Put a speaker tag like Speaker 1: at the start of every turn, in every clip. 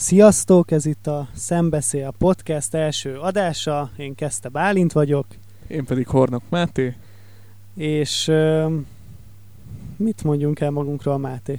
Speaker 1: Sziasztok, ez itt a Szembeszél podcast első adása, én Keszte Bálint vagyok.
Speaker 2: Én pedig Hornok Máté.
Speaker 1: És mit mondjunk el magunkról, Máté?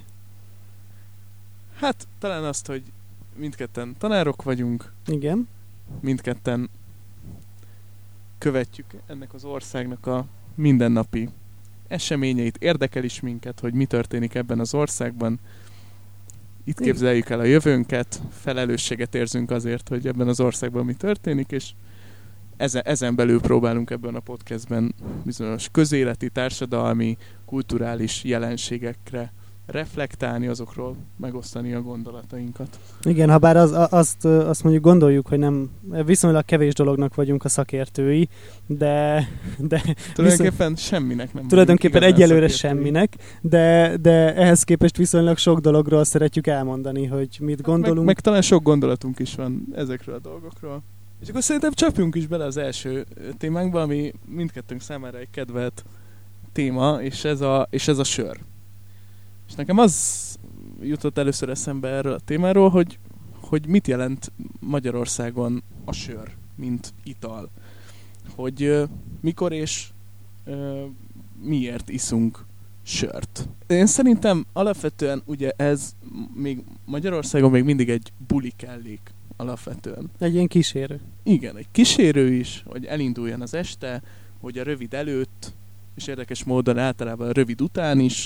Speaker 2: Hát talán azt, hogy mindketten tanárok vagyunk.
Speaker 1: Igen.
Speaker 2: Mindketten követjük ennek az országnak a mindennapi eseményeit, érdekel is minket, hogy mi történik ebben az országban. Itt képzeljük el a jövőnket, felelősséget érzünk azért, hogy ebben az országban mi történik, és ezen belül próbálunk ebben a podcastben bizonyos közéleti, társadalmi, kulturális jelenségekre reflektálni, azokról megosztani a gondolatainkat.
Speaker 1: Igen, ha bár azt mondjuk gondoljuk, hogy nem viszonylag kevés dolognak vagyunk a szakértői, de
Speaker 2: tulajdonképpen semminek nem.
Speaker 1: Tulajdonképpen egyelőre semminek, de ehhez képest viszonylag sok dologról szeretjük elmondani, hogy mit gondolunk.
Speaker 2: Meg talán sok gondolatunk is van ezekről a dolgokról. És akkor szerintem csapjunk is bele az első témánkba, ami mindkettőnk számára egy kedvelt téma, és ez a sör. És nekem az jutott először eszembe erről a témáról, hogy mit jelent Magyarországon a sör, mint ital. Hogy mikor és miért iszunk sört. Én szerintem alapvetően ugye ez még Magyarországon még mindig egy buli kellék alapvetően.
Speaker 1: Egy ilyen kísérő.
Speaker 2: Igen, egy kísérő is, hogy elinduljon az este, hogy a rövid és érdekes módon általában a rövid után is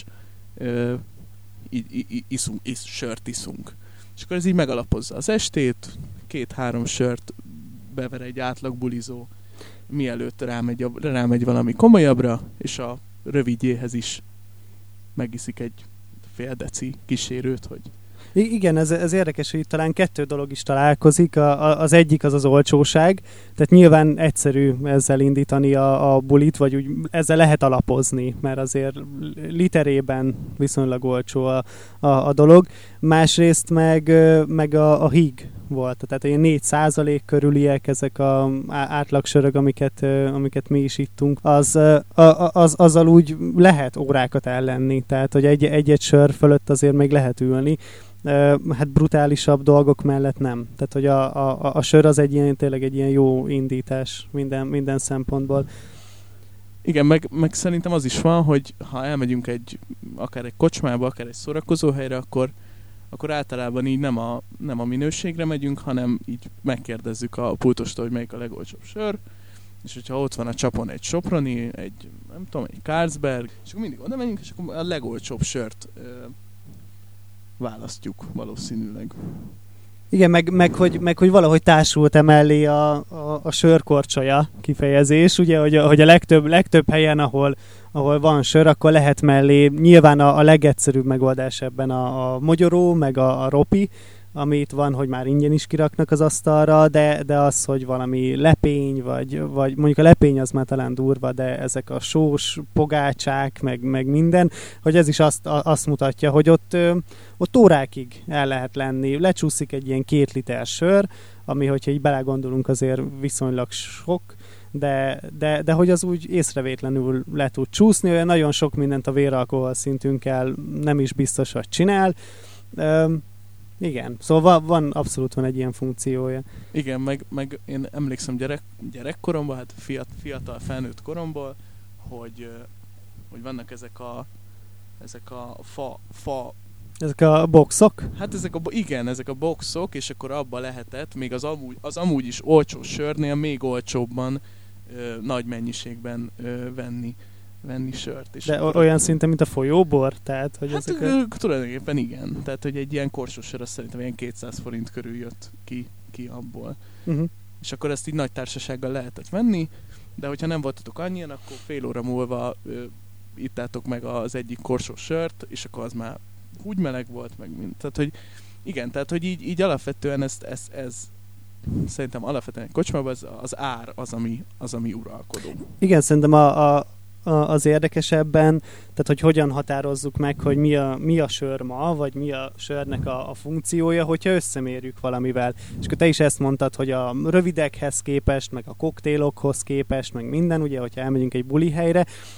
Speaker 2: sört iszunk. És akkor ez így megalapozza az estét, 2-3 sört bever egy átlag bulizó, mielőtt rámegy valami komolyabbra, és a rövidjéhez is megiszik egy fél deci kísérőt, hogy...
Speaker 1: Igen, ez érdekes, hogy itt talán 2 dolog is találkozik. Az egyik az olcsóság, tehát nyilván egyszerű ezzel indítani a bulit, vagy úgy ezzel lehet alapozni, mert azért literében viszonylag olcsó a dolog. Másrészt meg a híg volt, tehát ilyen 4% körüliek ezek az átlagsörök, amiket mi is ittunk, azzal úgy lehet órákat ellenni, tehát hogy egy sör fölött azért még lehet ülni. Hát brutálisabb dolgok mellett nem. Tehát, hogy a sör az tényleg egy ilyen jó indítás minden szempontból.
Speaker 2: Igen, meg szerintem az is van, hogy ha elmegyünk akár egy kocsmába, akár egy szórakozóhelyre, akkor általában így nem a minőségre megyünk, hanem így megkérdezzük a pultostól, hogy melyik a legolcsóbb sör, és hogyha ott van a csapon egy Soproni, egy Carlsberg, és akkor mindig oda megyünk, és akkor a legolcsóbb sört választjuk valószínűleg.
Speaker 1: Igen, meg hogy valahogy társult emellé a sörkorcsolya kifejezés, ugye, hogy a legtöbb helyen, ahol van sör, akkor lehet mellé, nyilván a legegyszerűbb megoldás ebben a mogyoró, meg a ropi, amit van, hogy már ingyen is kiraknak az asztalra, de az, hogy valami lepény, vagy mondjuk a lepény az már talán durva, de ezek a sós pogácsák, meg minden, hogy ez is azt mutatja, hogy ott órákig el lehet lenni. Lecsúszik egy ilyen 2 liter sör, ami, hogyha így belegondolunk, azért viszonylag sok, de hogy az úgy észrevétlenül le tud csúszni, olyan nagyon sok mindent a véralkohol szintünkkel nem is biztos, hogy csinál. Igen, szóval abszolút van egy ilyen funkciója. Igen,
Speaker 2: meg én emlékszem gyerekkoromban, hát fiatal felnőtt koromból, hogy vannak ezek a fa...
Speaker 1: Ezek a boxok?
Speaker 2: Hát ezek a boxok, és akkor abba lehetett még az amúgy is olcsó sörnél még olcsóbban nagy mennyiségben venni sört. És
Speaker 1: de olyan szinten, mint a folyóbor? Tehát, hogy
Speaker 2: hát tulajdonképpen igen. Tehát, hogy egy ilyen korsós sör azt szerintem ilyen 200 forint körül jött ki abból. Uh-huh. És akkor ezt így nagy társasággal lehetett venni, de hogyha nem voltatok annyian, akkor fél óra múlva ittátok meg az egyik korsós sört, és akkor az már úgy meleg volt, meg mind. Tehát, hogy igen, tehát, hogy így alapvetően ez szerintem alapvetően egy kocsmában az ár az, ami uralkodó.
Speaker 1: Igen, szerintem az érdekesebben, tehát hogy hogyan határozzuk meg, hogy mi a sör ma, vagy mi a sörnek a funkciója, hogyha összemérjük valamivel. És akkor te is ezt mondtad, hogy a rövidekhez képest, meg a koktélokhoz képest, meg minden, ugye, hogyha elmegyünk egy buli helyre,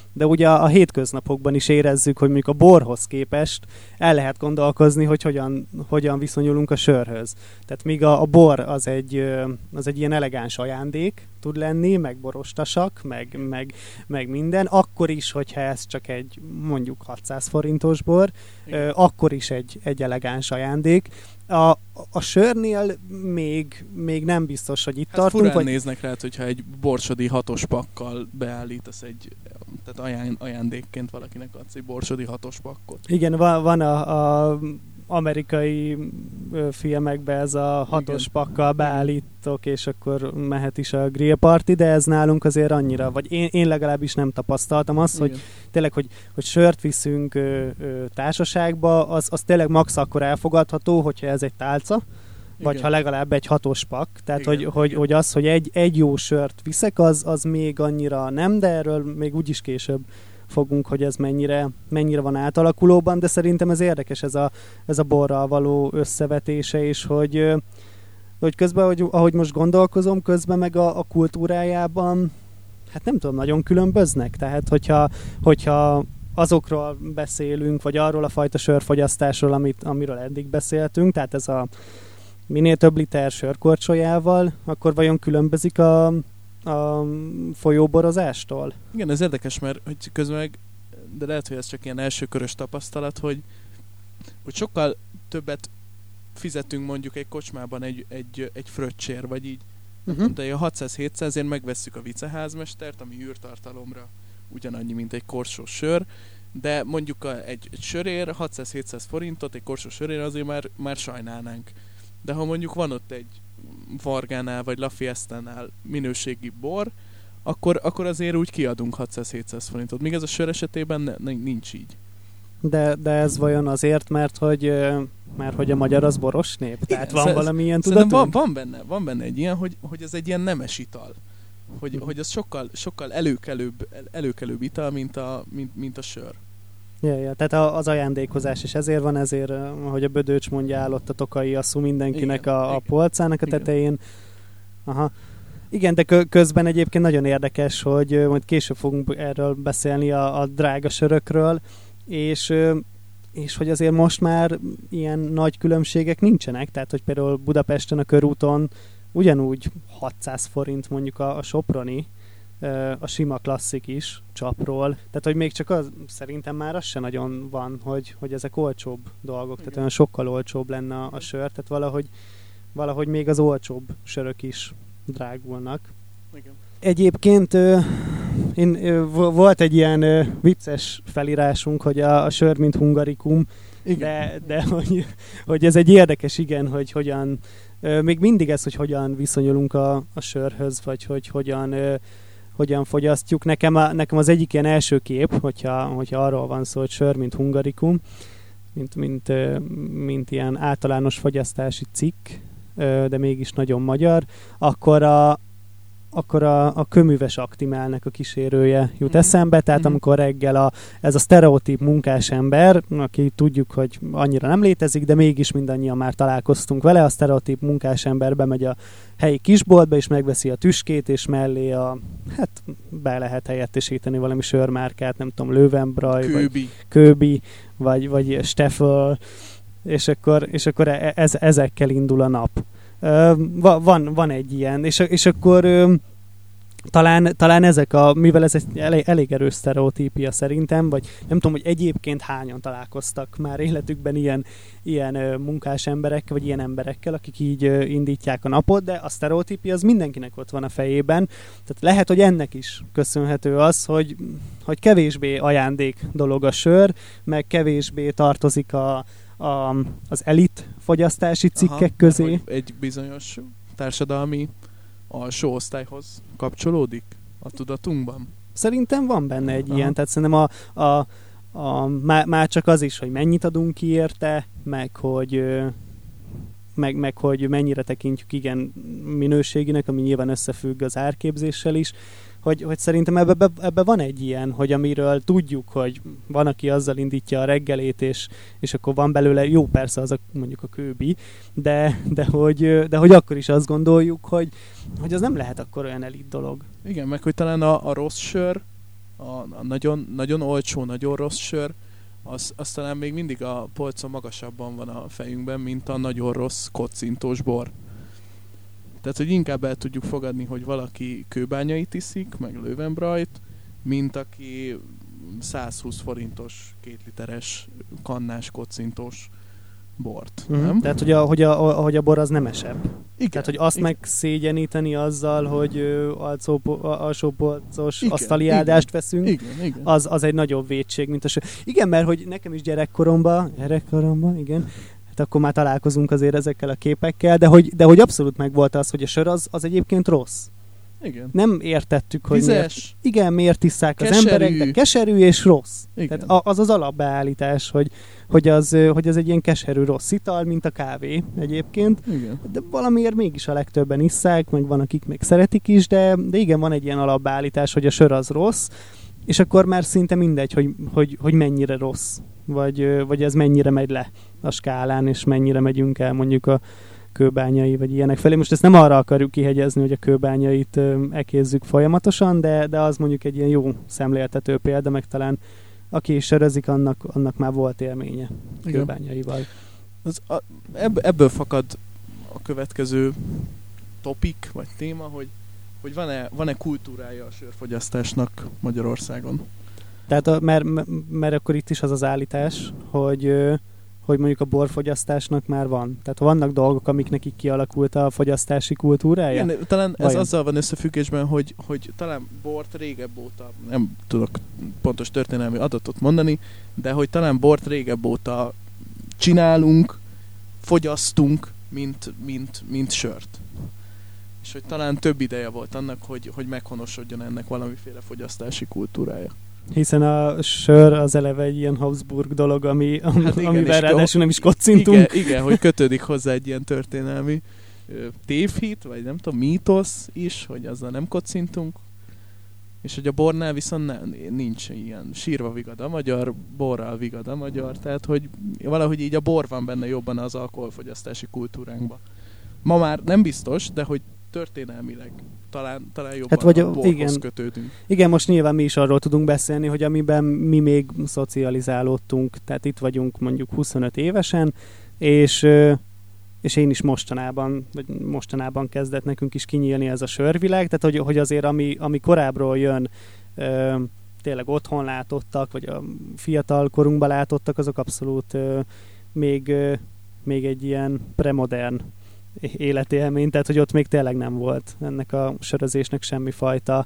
Speaker 1: de ugye a hétköznapokban is érezzük, hogy mondjuk a borhoz képest el lehet gondolkozni, hogy hogyan viszonyulunk a sörhöz. Tehát míg a bor az egy ilyen elegáns ajándék tud lenni, meg borostasak, meg minden, akkor is, hogyha ez csak egy mondjuk 600 forintos bor, akkor is egy elegáns ajándék. A sörnél még nem biztos, hogy itt tartunk.
Speaker 2: Furán néznek rá, hogyha egy borsodi 6-os pakkal beállítasz tehát ajándékként valakinek adsz egy borsodi 6-os pakkot.
Speaker 1: Igen, van a amerikai filmekben ez a 6-os pakkal beállítok, és akkor mehet is a grill party, de ez nálunk azért annyira, vagy én legalábbis nem tapasztaltam azt, hogy tényleg, hogy sört viszünk társaságba, az tényleg max akkor elfogadható, hogyha ez egy tálca, vagy ha legalább egy 6-os pak. Tehát, hogy az, hogy egy jó sört viszek, az még annyira nem, de erről még úgyis később fogunk, hogy ez mennyire van átalakulóban, de szerintem ez érdekes, ez a borral való összevetése, és hogy közben, ahogy most gondolkozom, közben meg a kultúrájában, hát nem tudom, nagyon különböznek. Tehát, hogyha azokról beszélünk, vagy arról a fajta sörfogyasztásról, amiről eddig beszéltünk, tehát ez a minél több liter sörkorcsolyával, akkor vajon különbözik a folyóborozástól?
Speaker 2: Igen, ez érdekes, mert hogy közben de lehet, hogy ez csak ilyen elsőkörös tapasztalat, hogy sokkal többet fizetünk mondjuk egy kocsmában egy fröccsér, vagy így de a 600-700-ért megvesszük a viceházmestert, ami űrtartalomra ugyanannyi, mint egy korsós sör, de mondjuk egy sörér 600-700 forintot, egy korsós sörér azért már sajnálnánk. De ha mondjuk van ott egy Vargánál vagy La Fiestánál minőségi bor, akkor azért úgy kiadunk 600-700 forintot. Míg ez a sör esetében nincs így.
Speaker 1: De ez vajon azért, mert hogy a magyar az boros nép? Tehát van valami ilyen tudatunk?
Speaker 2: Van benne egy ilyen, hogy ez egy ilyen nemes ital. Hogy az sokkal előkelőbb ital, mint a sör.
Speaker 1: Ja, tehát az ajándékozás is ezért van, ezért, ahogy a Bödöcs mondja, állott a tokai asszú mindenkinek a polcának a tetején. Aha. Igen, de közben egyébként nagyon érdekes, hogy majd később fogunk erről beszélni a drága sörökről, és hogy azért most már ilyen nagy különbségek nincsenek, tehát hogy például Budapesten a körúton ugyanúgy 600 forint mondjuk a Soproni, a sima klasszik is csapról. Tehát, hogy még csak szerintem már az se nagyon van, hogy ezek olcsóbb dolgok, tehát olyan sokkal olcsóbb lenne a sör, tehát valahogy még az olcsóbb sörök is drágulnak.
Speaker 2: Igen.
Speaker 1: Egyébként volt egy ilyen vicces felírásunk, hogy a sör mint hungarikum, de hogy ez egy érdekes, igen, hogy hogyan, még mindig ez, hogy hogyan viszonyulunk a sörhöz, vagy hogy hogyan fogyasztjuk. Nekem az egyik ilyen első kép, hogyha arról van szó, hogy sör mint hungarikum, mint ilyen általános fogyasztási cikk, de mégis nagyon magyar, akkor a köműves aktimálnak a kísérője jut eszembe, tehát amikor reggel ez a sztereotíp munkásember, aki tudjuk, hogy annyira nem létezik, de mégis mindannyian már találkoztunk vele, a sztereotíp munkásember bemegy a helyi kisboltba, és megveszi a tüskét, és mellé be lehet helyettesíteni valami sörmárkát, nem tudom, Löwenbräu, vagy Köbi, vagy Steffel, és akkor ezekkel indul a nap. Van egy ilyen, és akkor talán ezek mivel ez egy elég erős sztereotípia szerintem, vagy nem tudom, hogy egyébként hányan találkoztak már életükben ilyen munkás emberekkel, vagy ilyen emberekkel, akik így indítják a napot, de a sztereotípia az mindenkinek ott van a fejében. Tehát lehet, hogy ennek is köszönhető az, hogy kevésbé ajándék dolog a sör, meg kevésbé tartozik az elit fogyasztási cikkek közé.
Speaker 2: Egy bizonyos társadalmi alsó osztályhoz kapcsolódik a tudatunkban?
Speaker 1: Szerintem van benne egy ilyen, tehát szerintem már csak az is, hogy mennyit adunk ki érte, meg hogy mennyire tekintjük igen minőséginek, ami nyilván összefügg az árképzéssel is, hogy szerintem ebbe van egy ilyen, hogy amiről tudjuk, hogy van, aki azzal indítja a reggelét, és akkor van belőle, jó persze az mondjuk a Köbi, de hogy akkor is azt gondoljuk, hogy az nem lehet akkor olyan elit dolog.
Speaker 2: Igen, meg hogy talán a rossz sör a nagyon, nagyon olcsó, nagyon rossz sör, az talán még mindig a polcon magasabban van a fejünkben, mint a nagyon rossz kocintós bor. Tehát, hogy inkább el tudjuk fogadni, hogy valaki kőbányait iszik, meg Löwenbräut, mint aki 120 forintos 2 literes kannás kocintós bort. Nem?
Speaker 1: Tehát, hogy a bor az nemesebb.
Speaker 2: Igen.
Speaker 1: Tehát, hogy azt megszégyeníteni azzal, hogy alsópolcos asztali áldást veszünk,
Speaker 2: igen.
Speaker 1: Az egy nagyobb vétség, mint a sör. Igen, mert hogy nekem is gyerekkoromban, igen, hát akkor már találkozunk azért ezekkel a képekkel, de hogy abszolút megvolt az, hogy a sör az egyébként rossz.
Speaker 2: Igen.
Speaker 1: Nem értettük, hogy
Speaker 2: vizes,
Speaker 1: miért isszák
Speaker 2: keserű.
Speaker 1: Az emberek, de keserű és rossz.
Speaker 2: Igen.
Speaker 1: Tehát az alapbeállítás, hogy az egy ilyen keserű rossz ital, mint a kávé egyébként.
Speaker 2: Igen.
Speaker 1: De valamiért mégis a legtöbben isszák, meg van, akik még szeretik is, de igen, van egy ilyen alapbeállítás, hogy a sör az rossz, és akkor már szinte mindegy, hogy mennyire rossz, vagy ez mennyire megy le a skálán, és mennyire megyünk el mondjuk a kőbányai, vagy ilyenek felé. Most ezt nem arra akarjuk kihegyezni, hogy a kőbányait ekézzük folyamatosan, de az mondjuk egy ilyen jó szemléltető példa, meg talán aki is sörözik, annak már volt élménye kőbányaival.
Speaker 2: Ebből fakad a következő topik, vagy téma, hogy van-e kultúrája a sörfogyasztásnak Magyarországon?
Speaker 1: Tehát mert akkor itt is az az állítás, hogy mondjuk a borfogyasztásnak már van. Tehát vannak dolgok, amik nekik kialakult a fogyasztási kultúrája?
Speaker 2: Igen, talán ez azzal van összefüggésben, hogy talán bort régebb óta, nem tudok pontos történelmi adatot mondani, de hogy talán bort régebb óta csinálunk, fogyasztunk, mint sört. És hogy talán több ideje volt annak, hogy meghonosodjon ennek valamiféle fogyasztási kultúrája.
Speaker 1: Hiszen a sör az eleve egy ilyen Habsburg dolog, amivel ráadásul nem is kocintunk.
Speaker 2: Igen, hogy kötődik hozzá egy ilyen történelmi tévhit, vagy nem tudom, mítosz is, hogy azzal nem kocintunk. És hogy a bornál viszont nincs ilyen sírva vigad a magyar, borral vigad a magyar, tehát hogy valahogy így a bor van benne jobban az alkoholfogyasztási kultúránkban. Ma már nem biztos, de hogy történelmileg talán jobban a borhoz kötődünk.
Speaker 1: Igen, most nyilván mi is arról tudunk beszélni, hogy amiben mi még szocializálódtunk, tehát itt vagyunk mondjuk 25 évesen, és én is mostanában kezdett nekünk is kinyílni ez a sörvilág, tehát hogy azért ami korábbról jön, tényleg otthon látottak, vagy a fiatal korunkban látottak, azok abszolút még egy ilyen premodern életélmény, tehát hogy ott még tényleg nem volt ennek a sörözésnek semmifajta,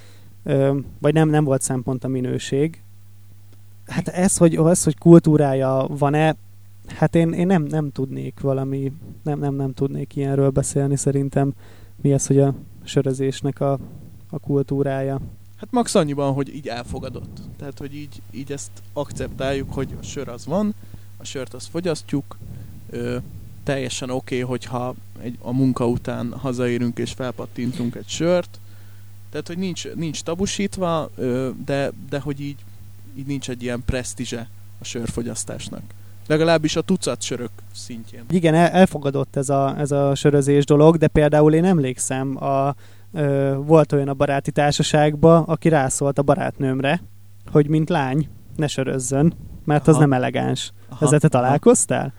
Speaker 1: vagy nem volt szempont a minőség. Hát ez, hogy kultúrája van-e, hát én nem tudnék valami, nem tudnék ilyenről beszélni szerintem. Mi ez, hogy a sörözésnek a kultúrája?
Speaker 2: Hát max annyiban, hogy így elfogadott. Tehát, hogy így ezt akceptáljuk, hogy a sör az van, a sört azt fogyasztjuk, teljesen oké, hogyha a munka után hazaérünk és felpattintunk egy sört. Tehát, hogy nincs tabusítva, de hogy így nincs egy ilyen presztízse a sörfogyasztásnak. Legalábbis a tucat sörök szintjén.
Speaker 1: Igen, elfogadott ez a sörözés dolog, de például én emlékszem, volt olyan a baráti társaságban, aki rászólt a barátnőmre, hogy mint lány, ne sörözzön, mert az nem elegáns. Ezzel te találkoztál?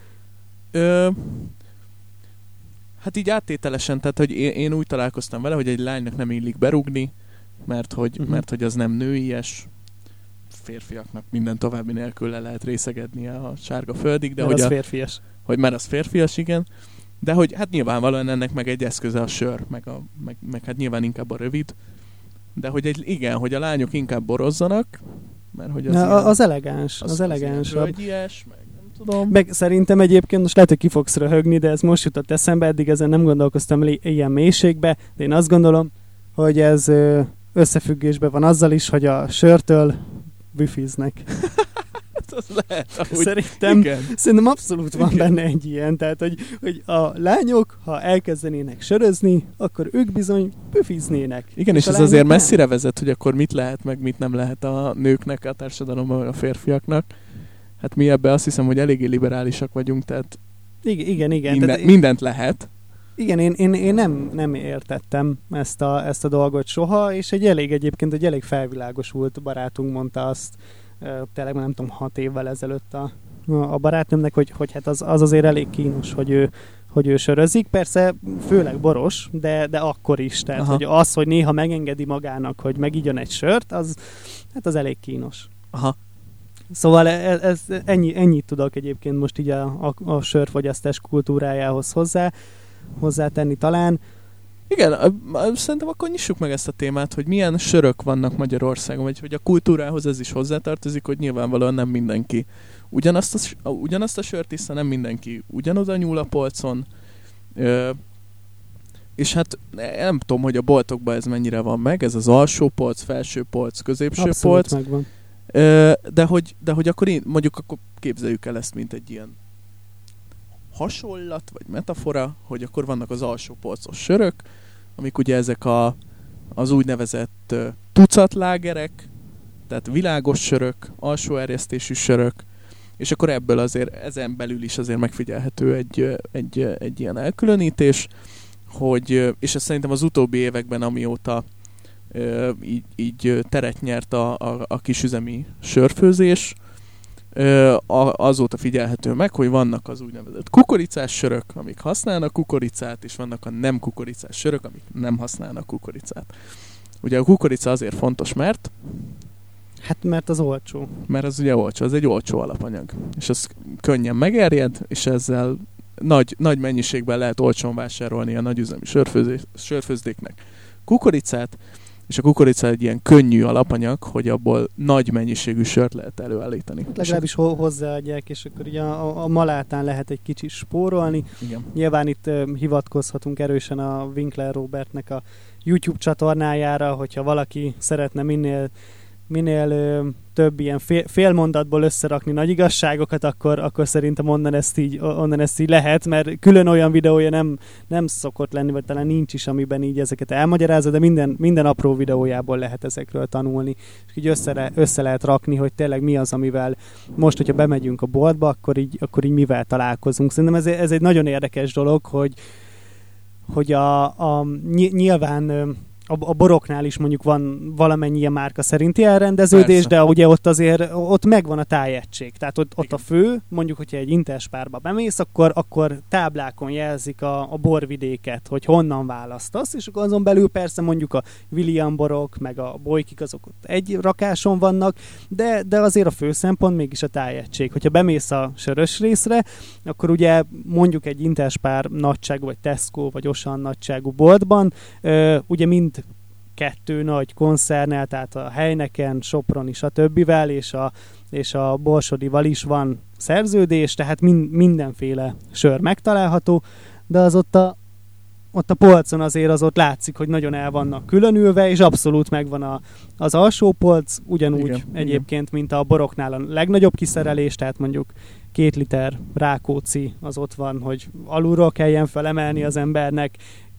Speaker 2: Hát így áttételesen, tehát hogy én úgy találkoztam vele, hogy egy lánynak nem illik berúgni, mert hogy az nem nőies, férfiaknak minden további nélkül le lehet részegednie a sárga földig, de
Speaker 1: mert az férfias.
Speaker 2: Mert az férfias, igen. De hogy hát nyilvánvalóan ennek meg egy eszköze a sör, meg hát nyilván inkább a rövid. De hogy hogy a lányok inkább borozzanak, mert hogy
Speaker 1: az elegáns, az elegánsabb.
Speaker 2: Hölgyies, meg nem tudom.
Speaker 1: Meg szerintem egyébként, most lehet, hogy ki fogsz röhögni, de ez most jutott eszembe, eddig ezen nem gondolkoztam ilyen mélységbe, de én azt gondolom, hogy ez összefüggésben van azzal is, hogy a sörtől büfiznek.
Speaker 2: Az lehet,
Speaker 1: Szerintem abszolút van benne egy ilyen, tehát hogy a lányok, ha elkezdenének sörözni, akkor ők bizony büfiznének.
Speaker 2: Igen, és ez azért messzire vezet, hogy akkor mit lehet, meg mit nem lehet a nőknek, a társadalomban, a férfiaknak. Hát mi ebben azt hiszem, hogy eléggé liberálisak vagyunk, tehát
Speaker 1: igen.
Speaker 2: Mindent lehet.
Speaker 1: Igen, én nem értettem ezt a dolgot soha, és egyébként egy elég felvilágosult barátunk mondta azt, tényleg nem tudom, 6 évvel ezelőtt a barátnőmnek, hogy hát az azért elég kínos, hogy ő sörözik. Persze főleg boros, de akkor is. Tehát hogy néha megengedi magának, hogy megigyon egy sört, az elég kínos.
Speaker 2: Aha.
Speaker 1: Szóval ennyit tudok egyébként most így a sörfogyasztás kultúrájához hozzátenni talán.
Speaker 2: Igen, szerintem akkor nyissuk meg ezt a témát, hogy milyen sörök vannak Magyarországon, vagy hogy a kultúrához ez is hozzátartozik, hogy nyilvánvalóan nem mindenki ugyanazt a sört iszza, nem mindenki ugyanoda nyúl a polcon, és hát nem tudom, hogy a boltokban ez mennyire van meg, ez az alsó polc, felső polc, középső
Speaker 1: abszolút
Speaker 2: polc.
Speaker 1: Megvan.
Speaker 2: De hogy akkor akkor képzeljük el ezt, mint egy ilyen hasonlat, vagy metafora, hogy akkor vannak az alsó polcos sörök, amik ugye ezek az úgynevezett tucatlágerek, tehát világos sörök, alsó erjesztésű sörök, és akkor ebből azért ezen belül is azért megfigyelhető egy ilyen elkülönítés, és ez szerintem az utóbbi években, amióta így teret nyert a kisüzemi sörfőzés, azóta figyelhető meg, hogy vannak az úgynevezett kukoricás sörök, amik használnak kukoricát, és vannak a nem kukoricás sörök, amik nem használnak kukoricát. Ugye a kukorica azért fontos, mert
Speaker 1: az olcsó.
Speaker 2: Mert az ugye olcsó, az egy olcsó alapanyag. És az könnyen megerjed, és ezzel nagy mennyiségben lehet olcsón vásárolni a nagyüzemi sörfőzdéknek kukoricát, és a kukorica egy ilyen könnyű alapanyag, hogy abból nagy mennyiségű sört lehet előállítani.
Speaker 1: Legalábbis hozzáadják, és akkor ugye a malátán lehet egy kicsit spórolni.
Speaker 2: Igen.
Speaker 1: Nyilván itt hivatkozhatunk erősen a Winkler Robertnek a YouTube csatornájára, hogyha valaki szeretne minél több ilyen félmondatból összerakni nagy igazságokat, akkor szerintem onnan ezt így lehet, mert külön olyan videója nem szokott lenni, vagy talán nincs is, amiben így ezeket elmagyarázza, de minden apró videójából lehet ezekről tanulni. És így össze lehet rakni, hogy tényleg mi az, amivel most, hogyha bemegyünk a boltba, akkor így mivel találkozunk. Szerintem ez egy nagyon érdekes dolog, hogy nyilván a boroknál is mondjuk van valamennyi ilyen márka szerinti elrendeződés, persze. De ugye ott megvan a tájegység. Tehát ott a fő, mondjuk, hogyha egy interspárba bemész, akkor táblákon jelzik a borvidéket, hogy honnan választasz, és akkor azon belül persze mondjuk a William borok, meg a bolykik, azok ott egy rakáson vannak, de azért a fő szempont mégis a tájegység. Hogyha bemész a sörös részre, akkor ugye mondjuk egy interspár nagyságú, vagy Tesco, vagy Auchan nagyságú boltban, ugye mind 2 nagy koncernnel, tehát a Heineken, Soproni, stb. És a Borsodival is van szerződés, tehát mindenféle sör megtalálható, de az ott a polcon azért az ott látszik, hogy nagyon el vannak különülve, és abszolút megvan az alsó polc, ugyanúgy igen, egyébként, mint a boroknál a legnagyobb kiszerelés, tehát mondjuk 2 liter Rákóczi az ott van, hogy alulról kelljen felemelni az embernek,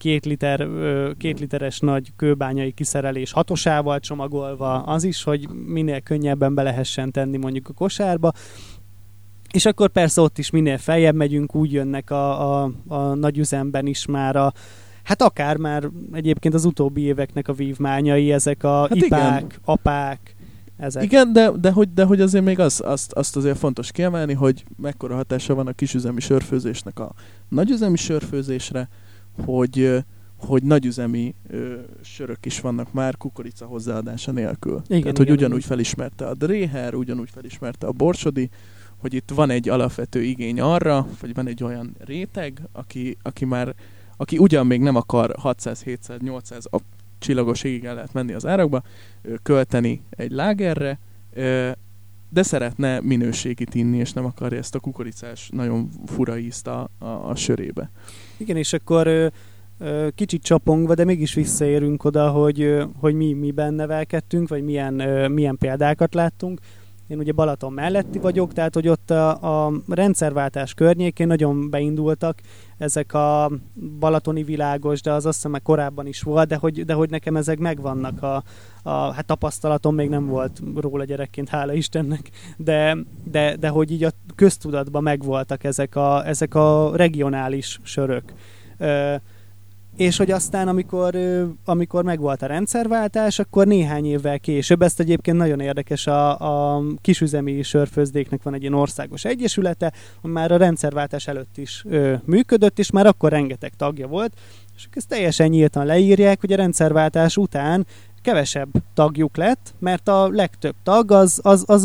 Speaker 1: 2 literes nagy kőbányai kiszerelés 6-osával csomagolva, az is, hogy minél könnyebben be lehessen tenni mondjuk a kosárba. És akkor persze ott is minél feljebb megyünk, úgy jönnek a nagyüzemben is már hát akár már egyébként az utóbbi éveknek a vívmányai, ezek a ipák, igen. Apák, ezek. Igen,
Speaker 2: de hogy azért még azt azért fontos kiemelni, hogy mekkora hatása van a kisüzemi sörfőzésnek a nagyüzemi sörfőzésre, hogy nagyüzemi sörök is vannak már kukorica hozzáadása nélkül. Igen, tehát, hogy ugyanúgy felismerte a Dréher, ugyanúgy felismerte a Borsodi, hogy itt van egy alapvető igény arra, vagy van egy olyan réteg, aki ugyan még nem akar 600, 700, 800 a csillagos égig el lehet menni az árakba, költeni egy lágerre, de szeretne minőségit inni, és nem akarja ezt a kukoricás, nagyon fura ízt a sörébe.
Speaker 1: Igen, és akkor kicsit csapongva, de mégis visszaérünk oda, hogy miben nevelkedtünk, vagy milyen példákat láttunk. Én ugye Balaton melletti vagyok, tehát hogy ott a rendszerváltás környékén nagyon beindultak ezek a balatoni világos, de az azt hiszem, korábban is volt, de hogy nekem ezek megvannak. Hát tapasztalatom még nem volt róla gyerekként, hála Istennek, de hogy így a köztudatban megvoltak ezek a regionális sörök. És hogy aztán, amikor megvolt a rendszerváltás, akkor néhány évvel később, ezt egyébként nagyon érdekes, a kisüzemi sörfőzdéknek van egy ilyen országos egyesülete, ami már a rendszerváltás előtt is működött, és már akkor rengeteg tagja volt, és ezt teljesen nyíltan leírják, hogy a rendszerváltás után kevesebb tagjuk lett, mert a legtöbb tag az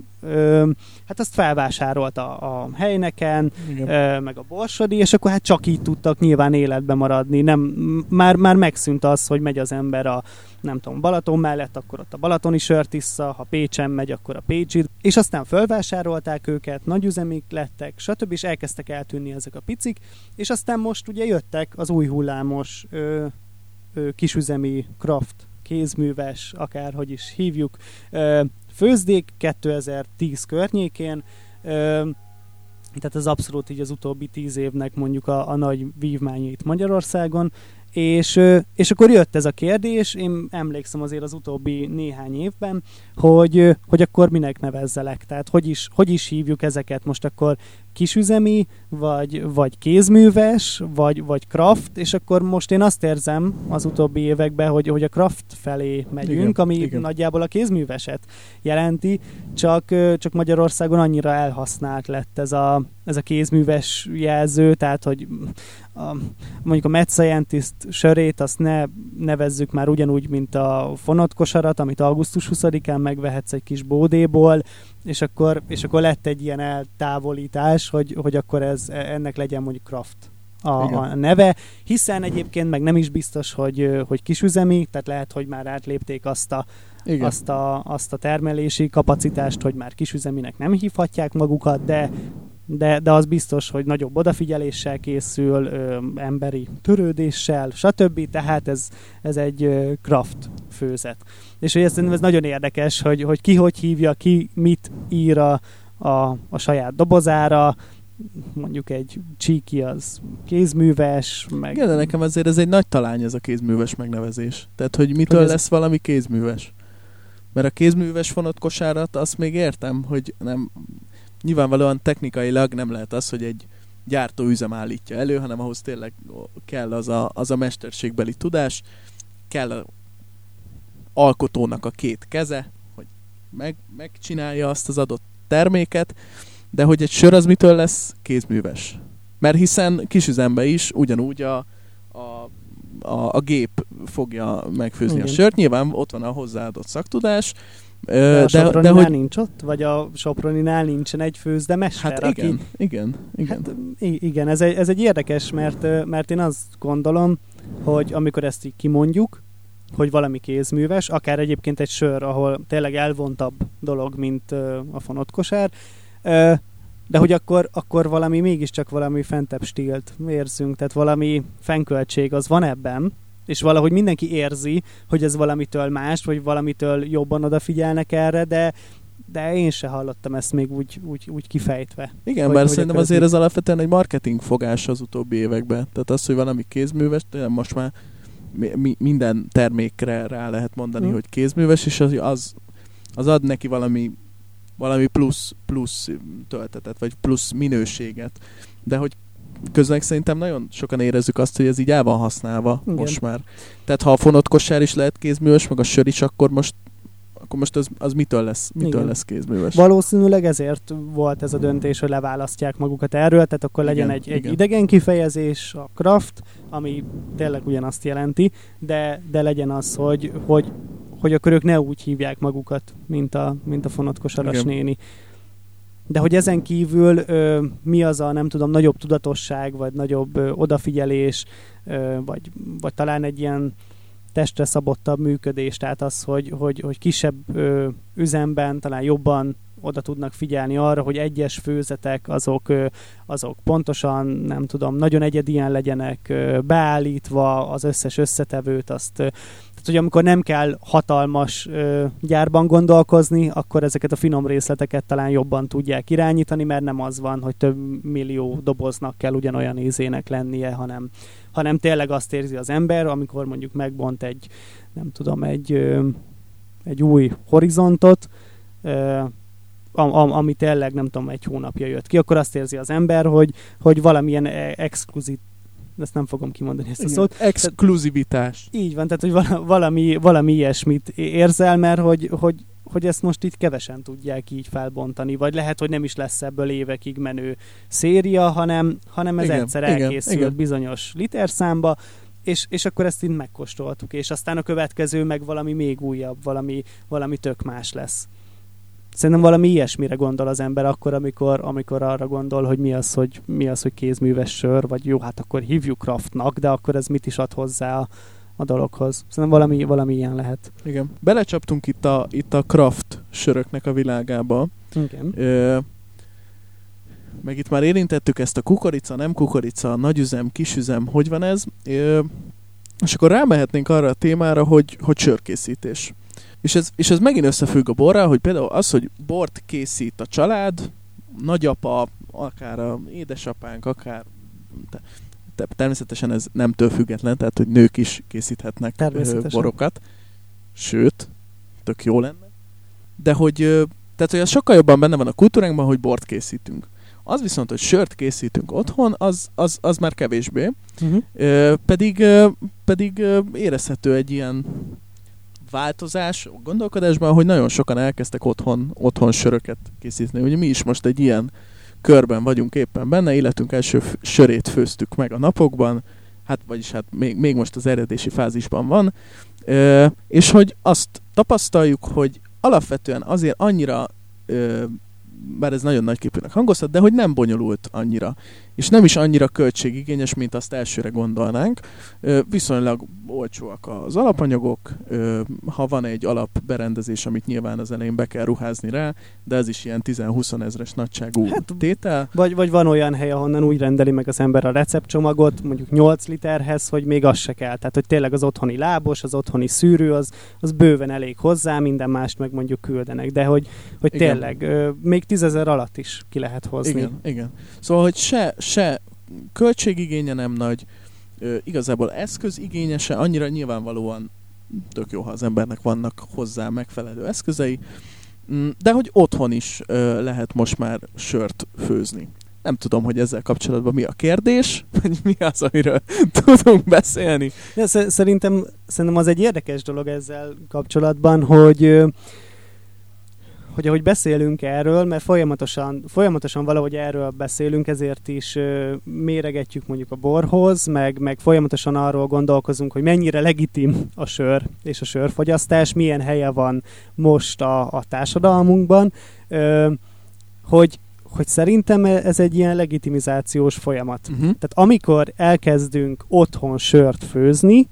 Speaker 1: hát azt felvásárolta a Heineken, meg a Borsodi, és akkor hát csak így tudtak nyilván életbe maradni. Már megszűnt az, hogy megy az ember a nem tudom, Balaton mellett, akkor ott a balatoni sört issza, ha Pécsen megy, akkor a pécsit. És aztán felvásárolták őket, nagyüzemik lettek, stb. És elkezdtek eltűnni ezek a picik, és aztán most ugye jöttek az új hullámos kisüzemi craft, kézműves, akárhogy is hívjuk, főzdék 2010 környékén, tehát ez abszolút így az utóbbi 10 évnek mondjuk a nagy vívmányait Magyarországon, és akkor jött ez a kérdés, én emlékszem azért az utóbbi néhány évben, hogy akkor minek nevezzelek, tehát hogy is hívjuk ezeket most akkor kisüzemi, vagy kézműves, vagy craft, és akkor most én azt érzem az utóbbi években, hogy a craft felé megyünk, igen, ami igen. Nagyjából a kézműveset jelenti, csak Magyarországon annyira elhasznált lett ez a kézműves jelző, tehát hogy mondjuk a Mad Scientist sörét azt ne nevezzük már ugyanúgy, mint a fonott kosarat, amit augusztus 20-án megvehetsz egy kis bódéból, és akkor lett egy ilyen eltávolítás, hogy akkor ennek legyen mondjuk craft a neve, hiszen egyébként meg nem is biztos, hogy kisüzemi, tehát lehet, hogy már átlépték azt a termelési kapacitást, hogy már kisüzeminek nem hívhatják magukat, de az biztos, hogy nagyobb odafigyeléssel készül, emberi törődéssel, stb. Tehát ez egy craft főzet. És hogy ez nagyon érdekes, hogy ki hogy hívja, ki mit ír a saját dobozára, mondjuk egy csíki az kézműves, meg...
Speaker 2: Igen, de nekem azért ez egy nagy talány ez a kézműves megnevezés. Tehát, hogy mitől lesz valami kézműves. Mert a kézműves fonott kosárat, azt még értem, hogy nem... Nyilvánvalóan technikailag nem lehet az, hogy egy gyártóüzem állítja elő, hanem ahhoz tényleg kell az a mesterségbeli tudás, kell a alkotónak a két keze, hogy megcsinálja azt az adott terméket, de hogy egy sör az mitől lesz kézműves. Mert hiszen kisüzembe is ugyanúgy a gép fogja megfőzni a sört, nyilván ott van a hozzáadott szaktudás,
Speaker 1: de a Soproninál nincs ott? Vagy a Soproninál nincsen egy főzdemester?
Speaker 2: Hát igen.
Speaker 1: Hát, igen, ez egy érdekes, mert én azt gondolom, hogy amikor ezt így kimondjuk, hogy valami kézműves, akár egyébként egy sör, ahol tényleg elvontabb dolog, mint a fonott kosár, de hogy akkor valami mégiscsak valami fentebb stílt érzünk, tehát valami fennköltség az van ebben, és valahogy mindenki érzi, hogy ez valamitől más, vagy valamitől jobban odafigyelnek erre, de én se hallottam ezt még úgy kifejtve.
Speaker 2: Igen, bár szerintem azért ez alapvetően egy marketing fogás az utóbbi években. Tehát az, hogy valami kézműves, most már minden termékre rá lehet mondani, hogy kézműves, és az ad neki valami plusz töltetet, vagy plusz minőséget. De hogy közben szerintem nagyon sokan érezzük azt, hogy ez így el van használva. Igen. Most már. Tehát ha a fonott kosár is lehet kézműves, meg a sör is, akkor most az mitől lesz kézműves?
Speaker 1: Valószínűleg ezért volt ez a döntés, hogy leválasztják magukat erről, tehát akkor legyen egy idegen kifejezés, a craft, ami tényleg ugyanazt jelenti, de legyen az, hogy akkor ők ne úgy hívják magukat, mint a fonott kosaras néni. De hogy ezen kívül mi az a, nem tudom, nagyobb tudatosság, vagy nagyobb odafigyelés, vagy talán egy ilyen testre szabottabb működés, tehát az, hogy kisebb üzemben talán jobban oda tudnak figyelni arra, hogy egyes főzetek azok pontosan, nem tudom, nagyon egyedien legyenek beállítva, az összes összetevőt, tehát, hogy amikor nem kell hatalmas gyárban gondolkozni, akkor ezeket a finom részleteket talán jobban tudják irányítani, mert nem az van, hogy több millió doboznak kell ugyanolyan ízének lennie, hanem tényleg azt érzi az ember, amikor mondjuk megbont egy új horizontot, ami tényleg, nem tudom, egy hónapja jött ki, akkor azt érzi az ember, hogy valamilyen ezt nem fogom kimondani ezt a szót.
Speaker 2: Exkluzivitás.
Speaker 1: Így van, tehát hogy valami ilyesmit érzel, mert hogy ezt most itt kevesen tudják így felbontani, vagy lehet, hogy nem is lesz ebből évekig menő széria, hanem ez egyszer elkészült bizonyos literszámba, és akkor ezt így megkóstoltuk, és aztán a következő meg valami még újabb, valami tök más lesz. Szerintem valami ilyesmire gondol az ember akkor, amikor arra gondol, hogy mi az, hogy kézműves sör, vagy jó, hát akkor hívjuk craftnak, de akkor ez mit is ad hozzá a dologhoz. Szerintem valami ilyen lehet.
Speaker 2: Igen. Belecsaptunk itt a craft söröknek a világába.
Speaker 1: Igen.
Speaker 2: Meg itt már érintettük ezt a kukorica, nem kukorica, nagyüzem, kisüzem, hogy van ez? És akkor rámehetnénk arra a témára, hogy sörkészítés. És ez megint összefügg a borral, hogy például az, hogy bort készít a család, nagyapa, akár a édesapánk, akár természetesen ez nemtől független, tehát hogy nők is készíthetnek borokat. Sőt, tök jó lenne. De hogy az sokkal jobban benne van a kultúránkban, hogy bort készítünk. Az viszont, hogy sört készítünk otthon, az már kevésbé. Pedig érezhető egy ilyen változás gondolkodásban, hogy nagyon sokan elkezdtek otthon söröket készíteni. Ugye mi is most egy ilyen körben vagyunk éppen benne, életünk első sörét főztük meg a napokban, vagyis még most az eredési fázisban van, és hogy azt tapasztaljuk, hogy alapvetően azért annyira, bár ez nagyon nagyképűnek hangozhat, de hogy nem bonyolult annyira. És nem is annyira költségigényes, mint azt elsőre gondolnánk. Viszonylag olcsóak az alapanyagok, ha van egy alapberendezés, amit nyilván az elején be kell ruházni rá, de ez is ilyen 10-20 ezres nagyságú tétel.
Speaker 1: Vagy van olyan hely, ahonnan úgy rendeli meg az ember a receptcsomagot, mondjuk 8 literhez, hogy még az se kell. Tehát, hogy tényleg az otthoni lábos, az otthoni szűrő, az bőven elég hozzá, minden mást meg mondjuk küldenek. De hogy tényleg még 10 000 alatt is ki lehet hozni.
Speaker 2: Igen. Szóval, hogy se költségigénye nem nagy, igazából eszközigénye se, annyira nyilvánvalóan tök jó, ha az embernek vannak hozzá megfelelő eszközei, de hogy otthon is lehet most már sört főzni. Nem tudom, hogy ezzel kapcsolatban mi a kérdés, vagy mi az, amiről tudunk beszélni.
Speaker 1: Ja, szerintem az egy érdekes dolog ezzel kapcsolatban, hogy ahogy beszélünk erről, mert folyamatosan valahogy erről beszélünk, ezért is méregetjük mondjuk a borhoz, meg folyamatosan arról gondolkozunk, hogy mennyire legitim a sör és a sörfogyasztás, milyen helye van most a társadalmunkban, hogy szerintem ez egy ilyen legitimizációs folyamat. Tehát amikor elkezdünk otthon sört főzni,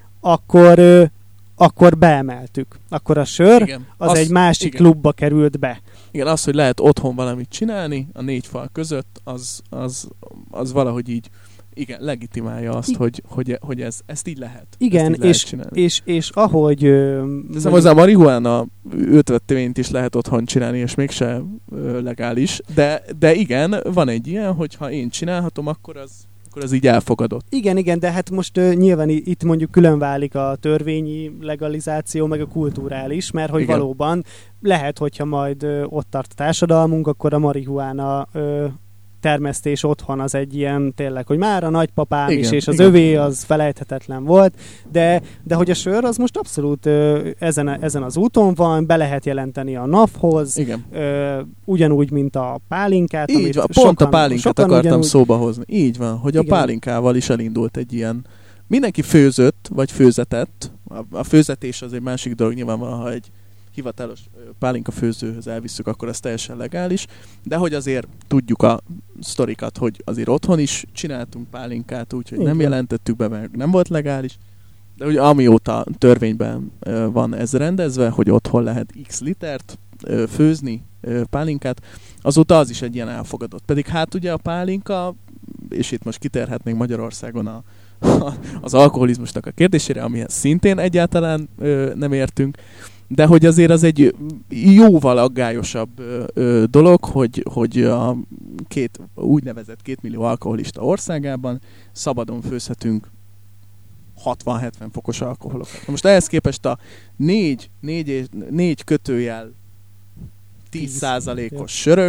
Speaker 1: akkor beemeltük. Akkor a sör egy másik klubba került be.
Speaker 2: Igen, az, hogy lehet otthon valamit csinálni a 4 fal között, az valahogy így legitimálja azt, hogy ezt így lehet.
Speaker 1: Igen,
Speaker 2: így lehet csinálni.
Speaker 1: És ahogy...
Speaker 2: Teszem hozzá, a marihuána ötvettényt is lehet otthon csinálni, és mégse legális. De igen, van egy ilyen, hogyha én csinálhatom, akkor az így elfogadott.
Speaker 1: Igen, de hát most nyilván itt mondjuk külön válik a törvényi legalizáció, meg a kulturális, mert hogy valóban lehet, hogyha majd ott tart a társadalmunk, akkor a marihuána termesztés otthon az egy ilyen tényleg, hogy már a nagypapám is, és az övé az felejthetetlen volt, de hogy a sör az most abszolút ezen az úton van, be lehet jelenteni a NAV-hoz, ugyanúgy, mint a pálinkát.
Speaker 2: Így van, pont a pálinkát akartam szóba hozni. Így van, hogy a pálinkával is elindult egy ilyen, mindenki főzött, vagy főzetett, a főzetés az egy másik dolog, nyilván ha egy hivatalos pálinka főzőhöz elvisszük, akkor az teljesen legális, de hogy azért tudjuk a sztorikat, hogy azért otthon is csináltunk pálinkát, úgyhogy nem jelentettük be, meg nem volt legális, de hogy amióta törvényben van ez rendezve, hogy otthon lehet x litert főzni pálinkát, azóta az is egy ilyen elfogadott. Pedig hát ugye a pálinka, és itt most kitérhetnénk Magyarországon az alkoholizmusnak a kérdésére, amihez szintén egyáltalán nem értünk, de hogy azért az egy jóval aggályosabb dolog, hogy a úgynevezett 2 millió alkoholista országában szabadon főzhetünk 60-70 fokos alkoholokat. Most ehhez képest a 4 kötőjel 10%-os sörök,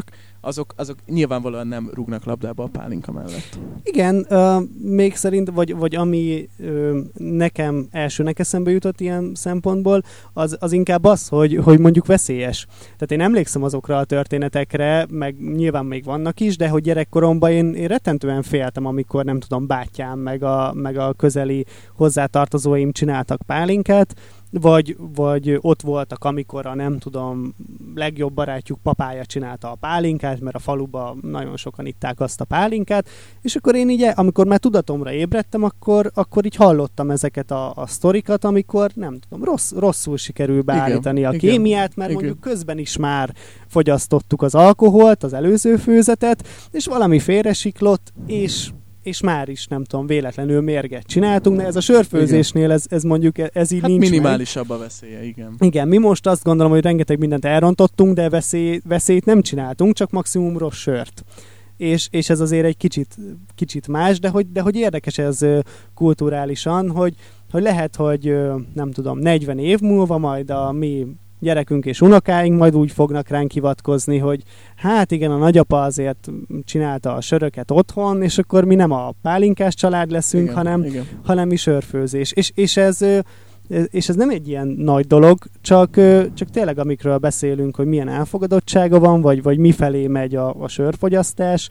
Speaker 2: azok nyilvánvalóan nem rúgnak labdába a pálinka mellett.
Speaker 1: Igen, még szerint, vagy ami nekem elsőnek eszembe jutott ilyen szempontból, az inkább az, hogy mondjuk veszélyes. Tehát én emlékszem azokra a történetekre, meg nyilván még vannak is, de hogy gyerekkoromban én rettentően féltem, amikor nem tudom, bátyám meg a közeli hozzátartozóim csináltak pálinkát, vagy ott voltak, amikor a nem tudom, legjobb barátjuk papája csinálta a pálinkát, mert a faluban nagyon sokan itták azt a pálinkát, és akkor én így, amikor már tudatomra ébredtem, akkor így hallottam ezeket a sztorikat, amikor nem tudom, rosszul sikerül beállítani a kémiát, mert mondjuk közben is már fogyasztottuk az alkoholt, az előző főzetet, és valami félresiklott, és már is, nem tudom, véletlenül mérget csináltunk, de ez a sörfőzésnél ez mondjuk, ez így nincs
Speaker 2: minimálisabb a veszélye, igen.
Speaker 1: Igen, mi most azt gondolom, hogy rengeteg mindent elrontottunk, de veszélyt nem csináltunk, csak maximum rossz sört. És ez azért egy kicsit más, de hogy érdekes ez kulturálisan, hogy lehet, hogy nem tudom, 40 év múlva majd a mi gyerekünk és unokáink majd úgy fognak ránk hivatkozni, hogy hát igen, a nagyapa azért csinálta a söröket otthon, és akkor mi nem a pálinkás család leszünk, hanem mi sörfőzés. És ez nem egy ilyen nagy dolog, csak tényleg amikről beszélünk, hogy milyen elfogadottsága van, vagy mifelé megy a sörfogyasztás,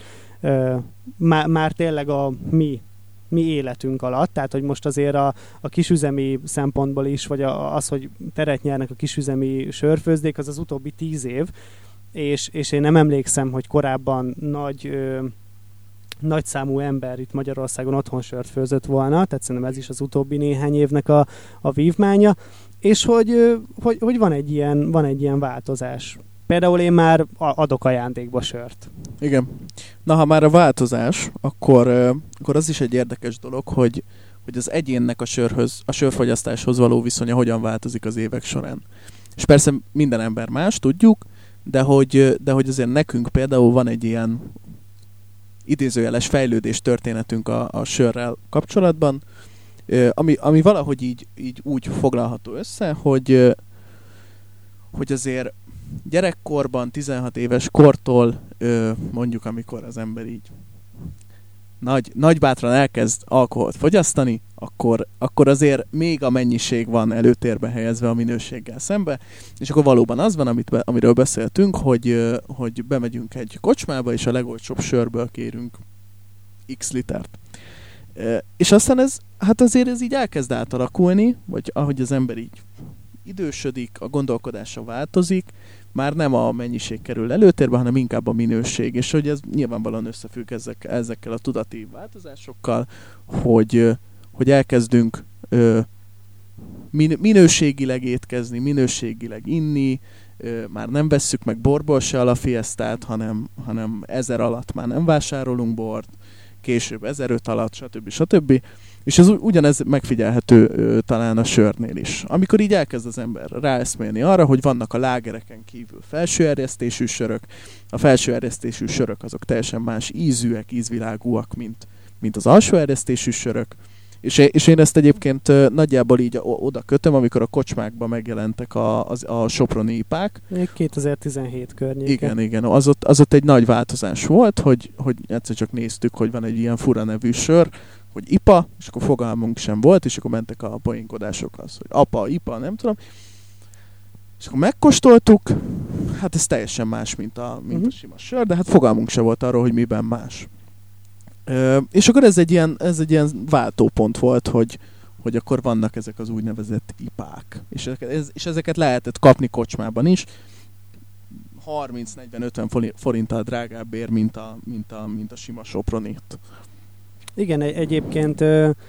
Speaker 1: már tényleg a mi életünk alatt, tehát hogy most azért a kisüzemi szempontból is, vagy az, hogy teret nyernek a kisüzemi sörfőzdék, az utóbbi 10 év, és én nem emlékszem, hogy korábban nagy számú ember itt Magyarországon otthon sört főzött volna, tehát szerintem ez is az utóbbi néhány évnek a vívmánya, és hogy van egy ilyen változás. Például én már adok ajándékba sört.
Speaker 2: Igen. Na, ha már a változás, akkor az is egy érdekes dolog, hogy az egyénnek a sörfogyasztáshoz való viszonya hogyan változik az évek során. És persze minden ember más, tudjuk, de hogy azért nekünk például van egy ilyen idézőjeles fejlődés történetünk a sörrel kapcsolatban, ami valahogy így úgy foglalható össze, hogy azért gyerekkorban, 16 éves kortól, mondjuk amikor az ember így nagybátran elkezd alkoholt fogyasztani, akkor azért még a mennyiség van előtérbe helyezve a minőséggel szembe, és akkor valóban az van, amiről beszéltünk, hogy bemegyünk egy kocsmába, és a legolcsóbb sörből kérünk x litert. És aztán ez így elkezd átalakulni, vagy ahogy az ember így idősödik, a gondolkodása változik, már nem a mennyiség kerül előtérbe, hanem inkább a minőség. És hogy ez nyilvánvalóan összefügg ezekkel a tudati változásokkal, hogy elkezdünk minőségileg étkezni, minőségileg inni, már nem vesszük meg borból se a La Fiestát, hanem 1000 alatt már nem vásárolunk bort, később 1500 alatt, stb. És ez ugyanez megfigyelhető talán a sörnél is. Amikor így elkezd az ember ráeszmélni arra, hogy vannak a lágereken kívül felső erjesztésű sörök, a felső erjesztésű sörök azok teljesen más ízűek, ízvilágúak, mint az alsó erjesztésű sörök. És én ezt egyébként nagyjából így oda kötöm, amikor a kocsmákban megjelentek a soproni ipák.
Speaker 1: 2017 környéken.
Speaker 2: Igen. Az ott egy nagy változás volt, hogy egyszer csak néztük, hogy van egy ilyen fura nevű sör, hogy IPA, és akkor fogalmunk sem volt, és akkor mentek a poénkodások az, hogy apa, IPA, nem tudom. És akkor megkóstoltuk, hát ez teljesen más, mint a sima sör, de hát fogalmunk sem volt arról, hogy miben más. És akkor ez egy ilyen váltópont volt, hogy akkor vannak ezek az úgynevezett ipák. És ezeket lehetett kapni kocsmában is. 30-40-50 forinttal drágább ér, mint a sima sopronit.
Speaker 1: Igen, egyébként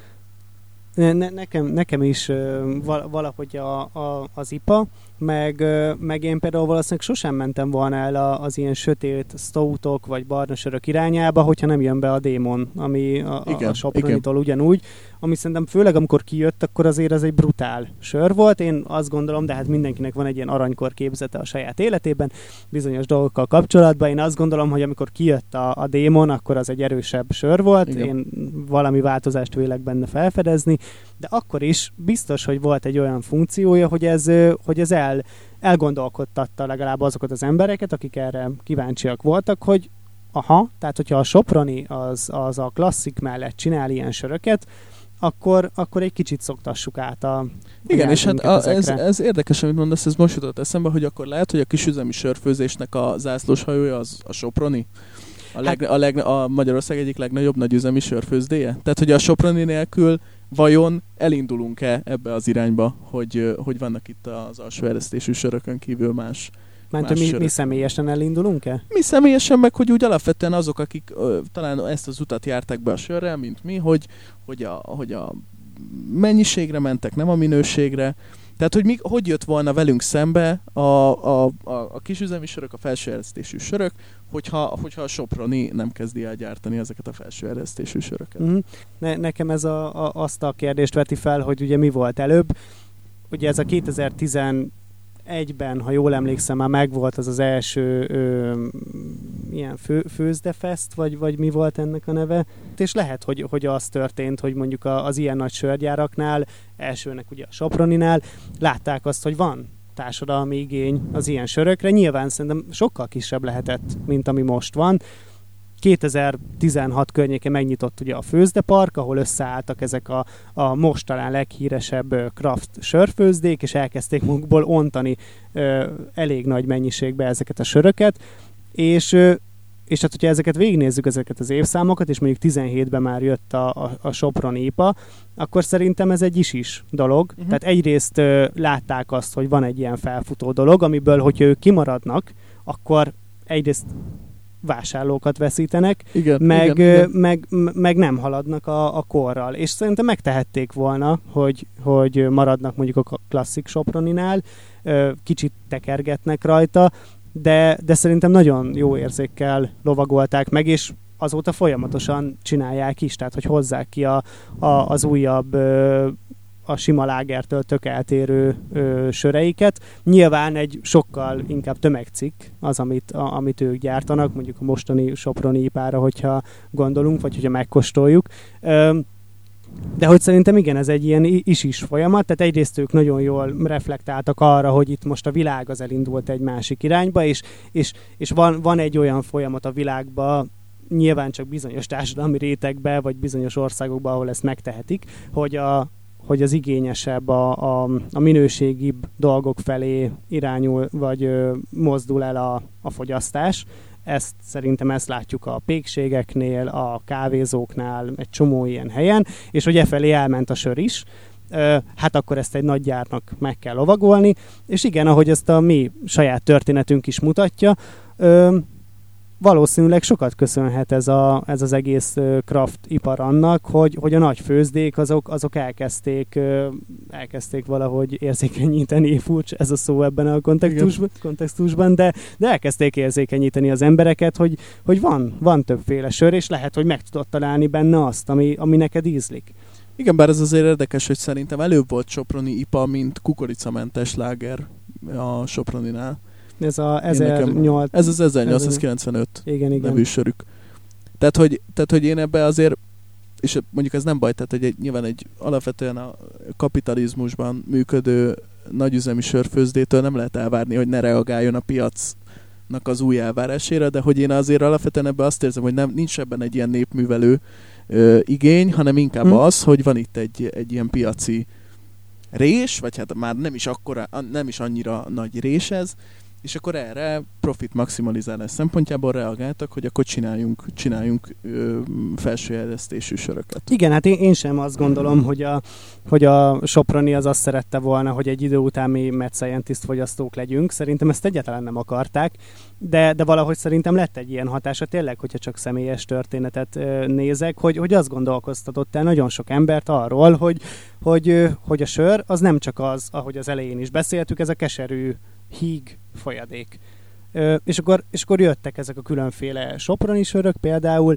Speaker 1: nekem is valahogy az IPA, meg én például valószínűleg sosem mentem volna el az ilyen sötét stoutok vagy barna sörök irányába, hogyha nem jön be a démon, ami a Sopronitól ugyanúgy, ami szerintem főleg amikor kijött, akkor azért ez egy brutál sör volt. Én azt gondolom, de hát mindenkinek van egy ilyen aranykor képzete a saját életében, bizonyos dolgokkal kapcsolatban. Én azt gondolom, hogy amikor kijött a démon, akkor az egy erősebb sör volt. Igen. Én valami változást vélek benne felfedezni, de akkor is biztos, hogy volt egy olyan funkciója, hogy ez elgondolkodtatta legalább azokat az embereket, akik erre kíváncsiak voltak, hogy tehát hogyha a Soproni az a klasszik mellett csinál ilyen söröket, akkor egy kicsit szoktassuk át a
Speaker 2: igen, és hát ez érdekes, amit mondasz, ez most jutott eszembe, hogy akkor lehet, hogy a kisüzemi sörfőzésnek a zászlóshajója az a Soproni? A Magyarország egyik legnagyobb nagyüzemi sörfőzdéje? Tehát, hogy a Soproni nélkül vajon elindulunk-e ebbe az irányba, hogy vannak itt az alsóeresztésű sörökön kívül más
Speaker 1: mi személyesen elindulunk-e?
Speaker 2: Mi személyesen, meg hogy úgy alapvetően azok, akik talán ezt az utat járták be a sörrel, mint mi, hogy a mennyiségre mentek, nem a minőségre. Tehát, hogy jött volna velünk szembe a kisüzemi sörök, a felsőeresztésű sörök, hogyha a Soproni nem kezdi el gyártani ezeket a felsőeresztésű söröket.
Speaker 1: Nekem ez azt a kérdést veti fel, hogy ugye mi volt előbb. Ugye ez a 2011-ben, ha jól emlékszem, már megvolt az első ilyen főzdefest, vagy mi volt ennek a neve. És lehet, hogy az történt, hogy mondjuk az ilyen nagy sörgyáraknál, elsőnek ugye a Soproninál, látták azt, hogy van társadalmi igény az ilyen sörökre. Nyilván szerintem sokkal kisebb lehetett, mint ami most van. 2016 környéke megnyitott ugye a Főzdepark, ahol összeálltak ezek a most talán leghíresebb craft sörfőzdék, és elkezdték magukból ontani elég nagy mennyiségbe ezeket a söröket, és hát, hogyha ezeket végignézzük, ezeket az évszámokat, és mondjuk 17-ben már jött a Soproni IPA, akkor szerintem ez egy is dolog. Tehát egyrészt látták azt, hogy van egy ilyen felfutó dolog, amiből, hogyha ők kimaradnak, akkor egyrészt vásárlókat veszítenek, igen. Meg nem haladnak a korral. És szerintem megtehették volna, hogy maradnak mondjuk a klasszik Soproninál, kicsit tekergetnek rajta, de szerintem nagyon jó érzékkel lovagolták meg, és azóta folyamatosan csinálják is, tehát hogy hozzák ki az újabb, a sima lágertől tök eltérő söreiket. Nyilván egy sokkal inkább tömegcikk az, amit ők gyártanak, mondjuk a mostani Soproni IPA-ra, hogyha gondolunk, vagy hogyha megkóstoljuk. De hogy szerintem igen, ez egy ilyen is folyamat, tehát egyrészt ők nagyon jól reflektáltak arra, hogy itt most a világ az elindult egy másik irányba, és van egy olyan folyamat a világban, nyilván csak bizonyos társadalmi rétegben, vagy bizonyos országokban, ahol ezt megtehetik, hogy az igényesebb, a minőségibb dolgok felé irányul, vagy mozdul el a fogyasztás. Szerintem ezt látjuk a pékségeknél, a kávézóknál, egy csomó ilyen helyen, és hogy felé elment a sör is, hát akkor ezt egy nagy gyárnak meg kell lovagolni, és igen, ahogy ezt a mi saját történetünk is mutatja, valószínűleg sokat köszönhet ez az egész craft ipar annak, hogy a nagy főzdék azok elkezdték valahogy érzékenyíteni, furcsa ez a szó ebben a kontextusban, de elkezdték érzékenyíteni az embereket, hogy van többféle sör, és lehet, hogy meg tudod találni benne azt, ami neked ízlik.
Speaker 2: Igen, bár ez azért érdekes, hogy szerintem előbb volt Soproni IPA, mint kukoricamentes láger a Soproninál.
Speaker 1: Ez az
Speaker 2: 1895
Speaker 1: igen.
Speaker 2: nevű sörük. Tehát, hogy én ebbe azért, és mondjuk ez nem baj, tehát hogy nyilván alapvetően a kapitalizmusban működő nagyüzemi sörfőzdétől nem lehet elvárni, hogy ne reagáljon a piacnak az új elvárásére, de hogy én azért alapvetően ebben azt érzem, hogy nincs ebben egy ilyen népművelő igény, hanem inkább az, hogy van itt egy ilyen piaci rés, vagy hát már nem is annyira nagy rés ez, és akkor erre profit maximalizálás szempontjából reagáltak, hogy akkor csináljunk felsőeresztésű söröket.
Speaker 1: Igen, hát én sem azt gondolom, hogy a Soproni az azt szerette volna, hogy egy idő után mi mad scientist fogyasztók legyünk. Szerintem ezt egyáltalán nem akarták, de valahogy szerintem lett egy ilyen hatása tényleg, hogyha csak személyes történetet nézek, hogy azt gondolkoztatott el nagyon sok embert arról, hogy a sör az nem csak az, ahogy az elején is beszéltük, ez a keserű híg folyadék. És akkor jöttek ezek a különféle Soproni sörök például,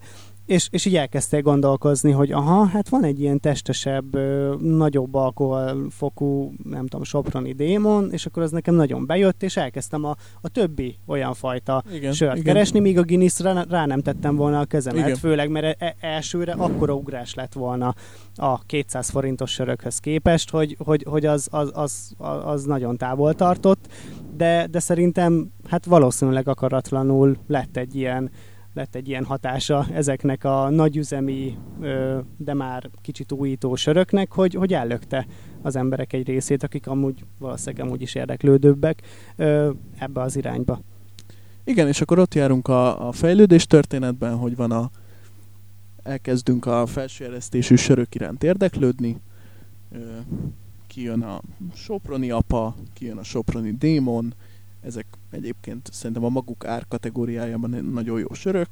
Speaker 1: És így elkezdtél gondolkozni, hogy aha, hát van egy ilyen testesebb, nagyobb alkoholfokú, nem tudom, soproni démon, és akkor az nekem nagyon bejött, és elkezdtem a többi olyan fajta sört keresni, míg a Guinnessre rá nem tettem volna a kezemet, főleg, mert elsőre akkora ugrás lett volna a 200 forintos sörökhöz képest, hogy az nagyon távol tartott, de szerintem hát valószínűleg akaratlanul lett egy ilyen hatása ezeknek a nagyüzemi, de már kicsit újító söröknek, hogy ellökte az emberek egy részét, akik valószínűleg amúgy is érdeklődőbbek ebbe az irányba.
Speaker 2: Igen, és akkor ott járunk a fejlődés történetben, hogy elkezdünk a felsőeresztésű sörök iránt érdeklődni, kijön a soproni apa, kijön a soproni démon, ezek egyébként szerintem a maguk árkategóriájában nagyon jó sörök.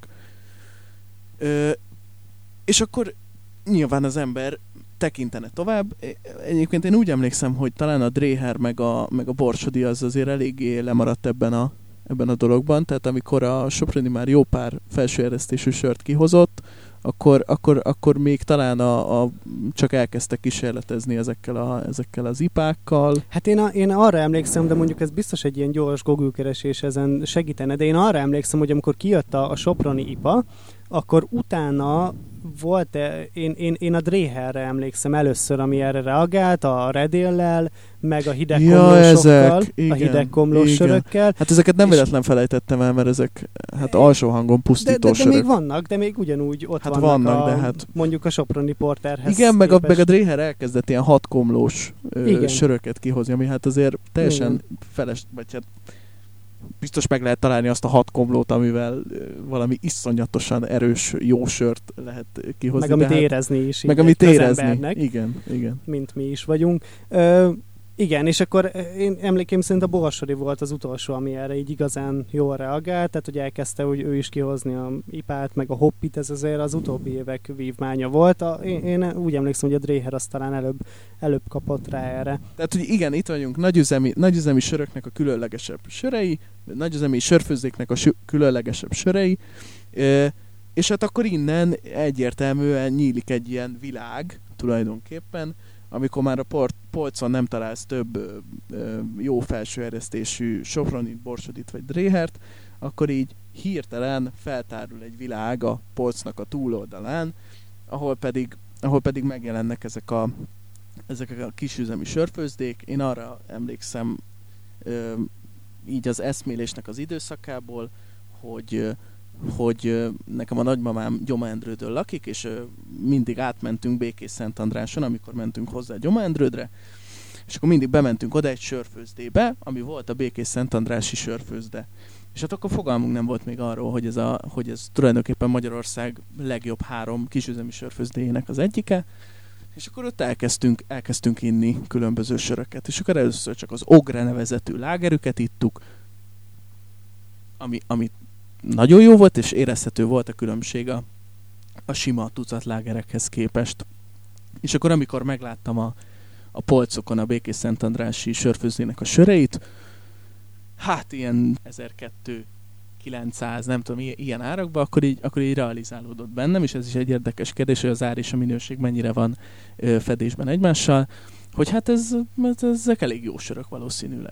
Speaker 2: És akkor nyilván az ember tekintene tovább. Egyébként én úgy emlékszem, hogy talán a Dreher meg a Borsodi az azért eléggé lemaradt ebben a dologban, tehát amikor a Soproni már jó pár felsőeresztésű sört kihozott, akkor még talán csak elkezdtek kísérletezni ezekkel az ipákkal.
Speaker 1: Hát én arra emlékszem, de mondjuk ez biztos egy ilyen gyors Google-keresés ezen segítene, de én arra emlékszem, hogy amikor kijött a Soproni ipa, akkor utána volt, én a Dreherre emlékszem először, ami erre reagált, a Redéllel, meg a hidegkomlósokkal, a hidegkomlós sörökkel.
Speaker 2: Hát ezeket nem véletlen felejtettem el, mert ezek alsó hangon pusztító sörök.
Speaker 1: De még vannak, de még ugyanúgy ott vannak mondjuk a Soproni Porterhez.
Speaker 2: Igen, meg a Dreher elkezdett ilyen 6 komlós söröket kihozni, ami hát azért teljesen vagy hát biztos meg lehet találni azt a 6 komlót, amivel valami iszonyatosan erős jó sört lehet kihozni.
Speaker 1: Meg amit érezni is.
Speaker 2: Meg amit érezni. Igen.
Speaker 1: Mint mi is vagyunk. Igen, és akkor én emlékeim szerint a Borsodi volt az utolsó, ami erre így igazán jól reagált, tehát hogy elkezdte ő is kihozni a ipát, meg a hoppit, ez azért az utóbbi évek vívmánya volt. Én úgy emlékszem, hogy a Dreher az talán előbb kapott rá erre.
Speaker 2: Tehát, hogy igen, itt vagyunk nagyüzemi söröknek a különlegesebb sörei, nagyüzemi sörfőzdéknek a különlegesebb sörei, és hát akkor innen egyértelműen nyílik egy ilyen világ tulajdonképpen, amikor már a polcon nem találsz több jó felsőeresztésű Sopronit, Borsodit vagy Drehert, akkor így hirtelen feltárul egy világ a polcnak a túloldalán, ahol pedig megjelennek ezek a kisüzemi sörfőzdék. Én arra emlékszem így az eszmélésnek az időszakából, hogy nekem a nagymamám Gyoma-Endrődön lakik, és mindig átmentünk Békés-Szentandráson, amikor mentünk hozzá Gyoma-Endrődre, és akkor mindig bementünk oda egy sörfőzdébe, ami volt a Békés-Szentandrási sörfőzde. És hát akkor fogalmunk nem volt még arról, hogy ez tulajdonképpen Magyarország legjobb 3 kisüzemi sörfőzdéjének az egyike, és akkor ott elkezdtünk inni különböző söröket. És akkor először csak az Ogre nevezetű lágerüket ittuk, ami nagyon jó volt, és érezhető volt a különbség a sima tucatlágerekhez képest. És akkor, amikor megláttam a polcokon a Békés-Szentandrási sörfőzdének a söreit, hát ilyen 1200-900, nem tudom, ilyen árakban, akkor így realizálódott bennem, és ez is egy érdekes kérdés, hogy az ár és a minőség mennyire van fedésben egymással, hogy hát ezek elég jó sörök valószínűleg.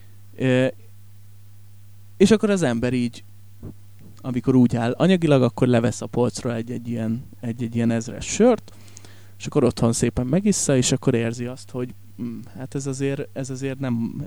Speaker 2: És akkor az ember így, amikor úgy áll anyagilag, akkor levesz a polcról egy ilyen 1000-es sört, és akkor otthon szépen megissza, és akkor érzi azt, hogy hát ez azért nem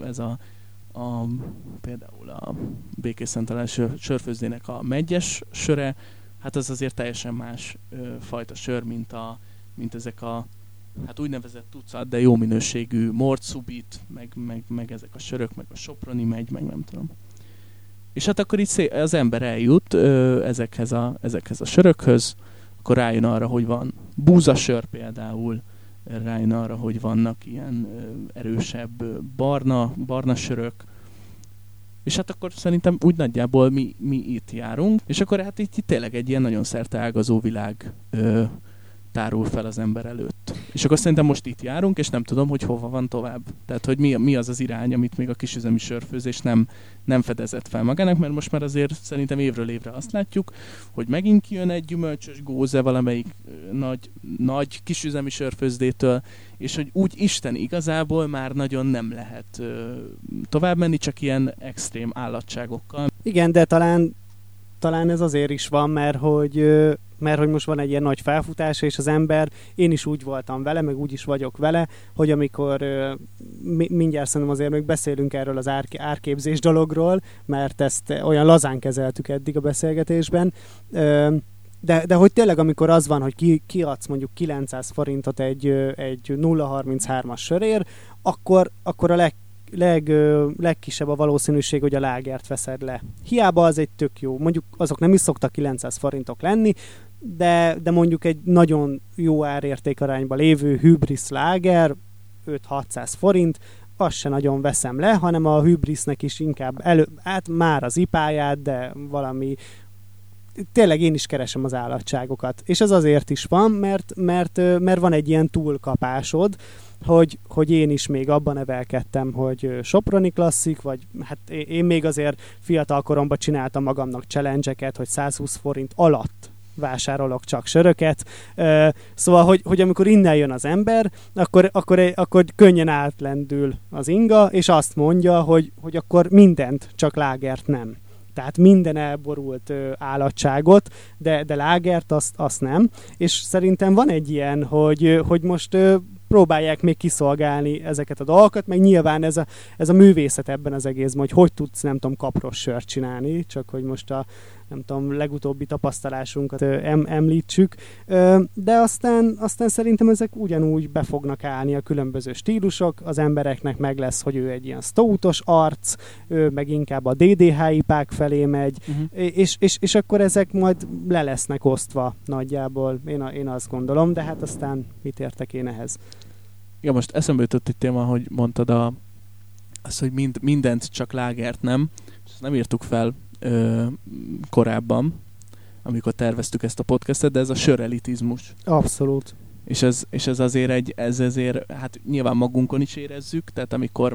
Speaker 2: például a Békés-Szentandrási sörfőzdének a meggyes söre, hát az azért teljesen más fajta sör, mint ezek a hát úgynevezett tucat, de jó minőségű Mort-Subit, meg ezek a sörök, meg a Soproni megy, meg nem tudom. És hát akkor így az ember eljut ezekhez a sörökhöz, akkor rájön arra, hogy van búzasör például, rájön arra, hogy vannak ilyen erősebb barna sörök, és hát akkor szerintem úgy nagyjából mi itt járunk, és akkor hát itt tényleg egy ilyen nagyon szerteágazó világ tárul fel az ember előtt. És akkor szerintem most itt járunk, és nem tudom, hogy hova van tovább. Tehát, hogy mi az az irány, amit még a kisüzemi sörfőzés nem fedezett fel magának, mert most már azért szerintem évről évre azt látjuk, hogy megint kijön egy gyümölcsös góze valamelyik nagy kisüzemi sörfőzdétől, és hogy úgy Isten igazából már nagyon nem lehet tovább menni, csak ilyen extrém állatságokkal.
Speaker 1: Igen, de talán ez azért is van, mert hogy most van egy ilyen nagy felfutás, és az ember, én is úgy voltam vele, meg úgy is vagyok vele, hogy amikor mindjárt szerintem azért még beszélünk erről az árképzés dologról, mert ezt olyan lazán kezeltük eddig a beszélgetésben, de hogy tényleg amikor az van, hogy kiadsz mondjuk 900 forintot egy 0,33-as sörér, akkor a legkisebb a valószínűség, hogy a lágert veszed le. Hiába az egy tök jó. Mondjuk azok nem is szoktak 900 forintok lenni, de mondjuk egy nagyon jó árértékarányban lévő hübrisz láger 5-600 forint, azt se nagyon veszem le, hanem a hübrisznek is inkább már az ipáját, de valami tényleg én is keresem az állatságokat. És ez azért is van, mert van egy ilyen túlkapásod, hogy én is még abban nevelkedtem, hogy Soproni klasszik, vagy hát én még azért fiatal koromban csináltam magamnak challenge-eket, hogy 120 forint alatt vásárolok csak söröket. Szóval, hogy amikor innen jön az ember, akkor könnyen átlendül az inga, és azt mondja, hogy akkor mindent, csak lágert nem. Tehát minden elborult állatságot, de lágert azt nem. És szerintem van egy ilyen, hogy most próbálják még kiszolgálni ezeket a dolgokat, meg nyilván ez a művészet ebben az egészben, hogy tudsz, nem tudom, kapros sört csinálni, csak hogy most a nem tudom, legutóbbi tapasztalásunkat említsük, de aztán szerintem ezek ugyanúgy be fognak állni a különböző stílusok, az embereknek meg lesz, hogy ő egy ilyen stoutos arc, ő meg inkább a DDH-ipák felé megy, és akkor ezek majd le lesznek osztva nagyjából, én azt gondolom, de hát aztán mit értek én ehhez?
Speaker 2: Ja, most eszembe jutott egy téma, hogy mondtad azt, hogy mindent csak lágert nem, és ezt nem írtuk fel korábban, amikor terveztük ezt a podcastet, de ez a sörelitizmus.
Speaker 1: Abszolút.
Speaker 2: És ez azért hát nyilván magunkon is érezzük, tehát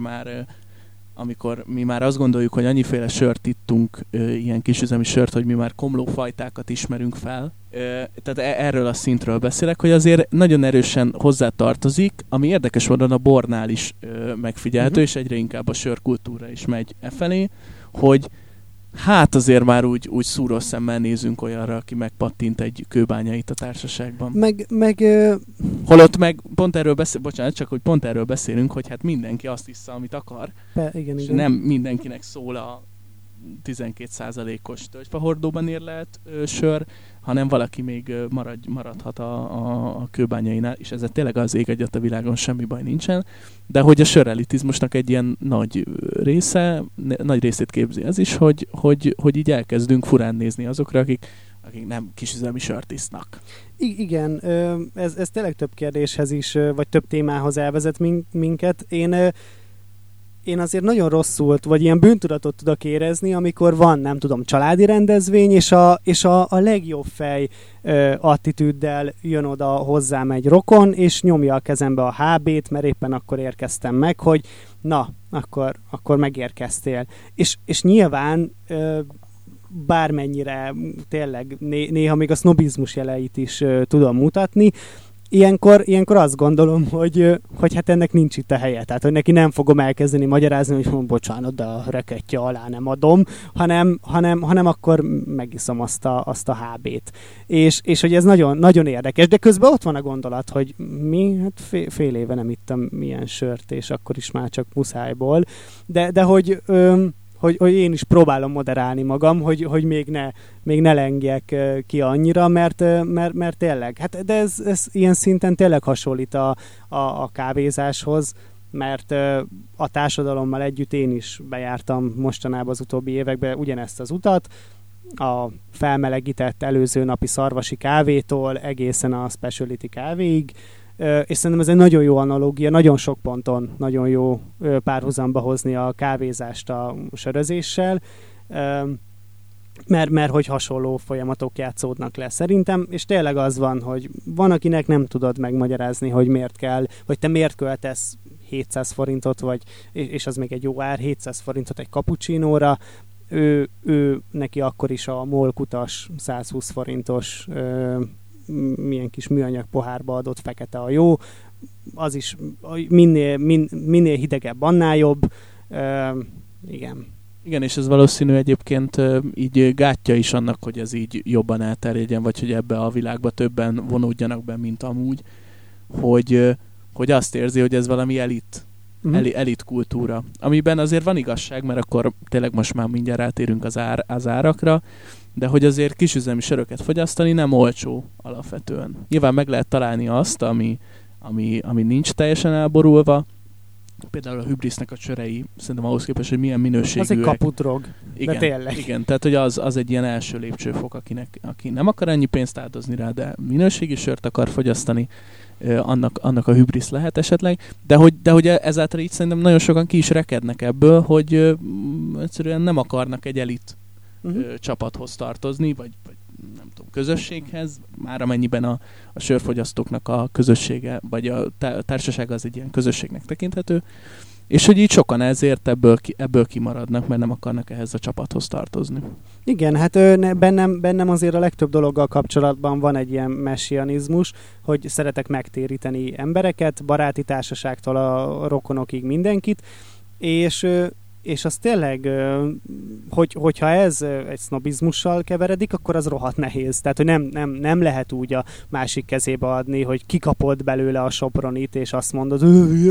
Speaker 2: amikor mi már azt gondoljuk, hogy annyiféle sört ittunk, ilyen kisüzemi sört, hogy mi már komlófajtákat ismerünk fel. Tehát erről a szintről beszélek, hogy azért nagyon erősen hozzátartozik, ami érdekes módon a bornál is megfigyelhető, és egyre inkább a sörkultúra is megy efelé, hogy hát azért már úgy szúrós szemmel nézünk olyanra, aki megpattint egy kőbányait a társaságban. Holott meg pont erről beszélünk, hogy hát mindenki azt hiszem, amit akar.
Speaker 1: Igen.
Speaker 2: Nem mindenkinek szól a 12%-os tölgyfahordóban érlelt sör, hanem valaki még maradhat a kőbányainál, és ezzel tényleg az ég egyet a világon semmi baj nincsen, de hogy a sörelitizmusnak egy ilyen nagy részét képzi ez is, hogy így elkezdünk furán nézni azokra, akik nem kisüzemi sört isznak.
Speaker 1: Igen, ez tényleg több kérdéshez is, vagy több témához elvezet minket. Én azért nagyon rosszul, vagy ilyen bűntudatot tudok érezni, amikor van, nem tudom, családi rendezvény, és a legjobb fej attitűddel jön oda hozzám egy rokon, és nyomja a kezembe a HB-t, mert éppen akkor érkeztem meg, hogy na, akkor megérkeztél. És nyilván bármennyire tényleg néha még a sznobizmus jeleit is tudom mutatni, Ilyenkor azt gondolom, hogy hát ennek nincs itt a helye. Tehát, hogy neki nem fogom elkezdeni magyarázni, hogy bocsánat, de a rekettje alá nem adom, hanem akkor megiszom azt a HB-t. És hogy ez nagyon, nagyon érdekes. De közben ott van a gondolat, hogy hát fél éve nem ittam ilyen sört, és akkor is már csak muszájból. De hogy én is próbálom moderálni magam, hogy még ne lengjek ki annyira, mert tényleg, hát de ez ilyen szinten tényleg hasonlít a kávézáshoz, mert a társadalommal együtt én is bejártam mostanában az utóbbi években ugyanezt az utat, a felmelegített előző napi szarvasi kávétól egészen a specialty kávéig, és szerintem ez egy nagyon jó analógia, nagyon sok ponton nagyon jó párhuzamba hozni a kávézást a sörözéssel. mert hogy hasonló folyamatok játszódnak le szerintem, és tényleg az van, hogy van, akinek nem tudod megmagyarázni, hogy miért kell, vagy te miért költesz 700 forintot, vagy, és az még egy jó ár, 700 forintot egy cappuccinóra, ő neki akkor is a MOL kutas 120 forintos milyen kis műanyag pohárba adott fekete a jó, az is minél hidegebb, annál jobb. Igen.
Speaker 2: Igen, és ez valószínű egyébként így gátja is annak, hogy ez így jobban elterjedjen, vagy hogy ebbe a világba többen vonódjanak be, mint amúgy, hogy azt érzi, hogy ez valami elit kultúra. Amiben azért van igazság, mert akkor tényleg most már mindjárt rátérünk az árakra, de hogy azért kisüzemi söröket fogyasztani nem olcsó alapvetően. Nyilván meg lehet találni azt, ami nincs teljesen elborulva. Például a Hybrisnek a sörei, szerintem ahhoz képest, hogy milyen minőségűek.
Speaker 1: Az egy kapudrog,
Speaker 2: igen,
Speaker 1: de tényleg.
Speaker 2: Igen, tehát hogy az egy ilyen első lépcsőfok, aki nem akar ennyi pénzt áldozni rá, de minőségi sört akar fogyasztani, annak a Hybris lehet esetleg. De hogy ezáltal így szerintem nagyon sokan ki is rekednek ebből, hogy egyszerűen nem akarnak egy elit csapathoz tartozni, vagy nem tudom, közösséghez, már amennyiben a sörfogyasztóknak a közössége, vagy a társaság az egy ilyen közösségnek tekinthető, és hogy így sokan ezért ebből kimaradnak, mert nem akarnak ehhez a csapathoz tartozni.
Speaker 1: Igen, hát bennem azért a legtöbb dologgal kapcsolatban van egy ilyen messianizmus, hogy szeretek megtéríteni embereket, baráti társaságtól a rokonokig mindenkit, és az tényleg, hogyha ez egy sznobizmussal keveredik, akkor az rohadt nehéz. Tehát, hogy nem lehet úgy a másik kezébe adni, hogy kikapod belőle a Sopronit, és azt mondod,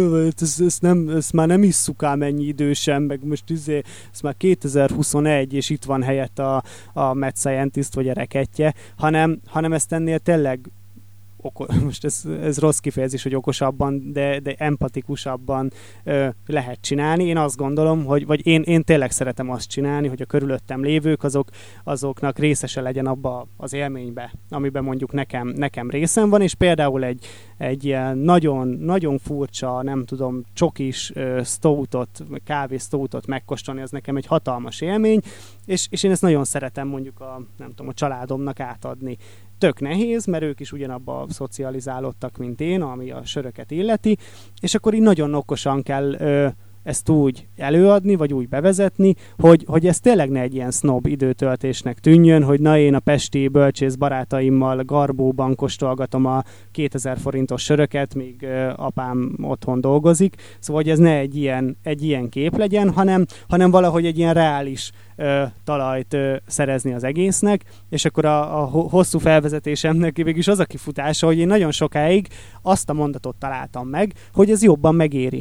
Speaker 1: ezt már nem isszuk ám ennyi idősen, meg most ez már 2021, és itt van helyett a Mad Scientist, vagy a reketje, hanem ezt ennél tényleg most ez rossz kifejezés, hogy okosabban, de empatikusabban lehet csinálni. Én azt gondolom, vagy én tényleg szeretem azt csinálni, hogy a körülöttem lévők azoknak részese legyen abba az élménybe, amiben mondjuk nekem részem van, és például egy ilyen nagyon, nagyon furcsa, nem tudom, csokis stoutot, kávé stoutot megkóstolni, az nekem egy hatalmas élmény, és én ezt nagyon szeretem mondjuk a családomnak átadni. Tök nehéz, mert ők is ugyanabba szocializálódtak, mint én, ami a söröket illeti, és akkor így nagyon okosan kell ezt úgy előadni, vagy úgy bevezetni, hogy ez tényleg ne egy ilyen sznob időtöltésnek tűnjön, hogy na én a pesti bölcsész barátaimmal Garbóban kóstolgatom a 2000 forintos söröket, míg apám otthon dolgozik. Szóval, hogy ez ne egy ilyen kép legyen, hanem valahogy egy ilyen reális talajt szerezni az egésznek, és akkor a hosszú felvezetésemnek végülis az a kifutása, hogy én nagyon sokáig azt a mondatot találtam meg, hogy ez jobban megéri.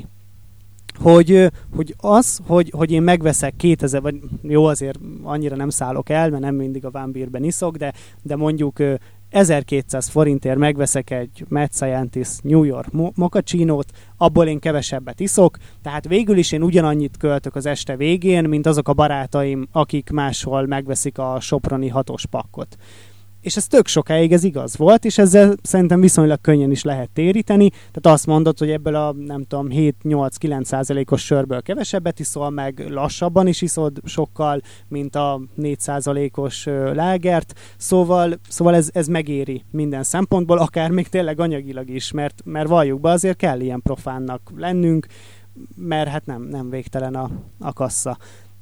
Speaker 1: Hogy én megveszek 2000, vagy jó, azért annyira nem szállok el, mert nem mindig a Van Beerben iszok, de mondjuk 1200 forintért megveszek egy Mad Scientist New York moccaccinót, abból én kevesebbet iszok, tehát végül is én ugyanannyit költök az este végén, mint azok a barátaim, akik máshol megveszik a Soproni 6-os pakkot. És ez tök sokáig ez igaz volt, és ezzel szerintem viszonylag könnyen is lehet téríteni. Tehát azt mondod, hogy ebből a nem tudom 7-8-9%-os sörből kevesebbet iszol, meg lassabban is iszod sokkal, mint a 4%-os lágert. Szóval ez megéri minden szempontból, akár még tényleg anyagilag is, mert valljuk be, azért kell ilyen profánnak lennünk, mert hát nem végtelen a kassa.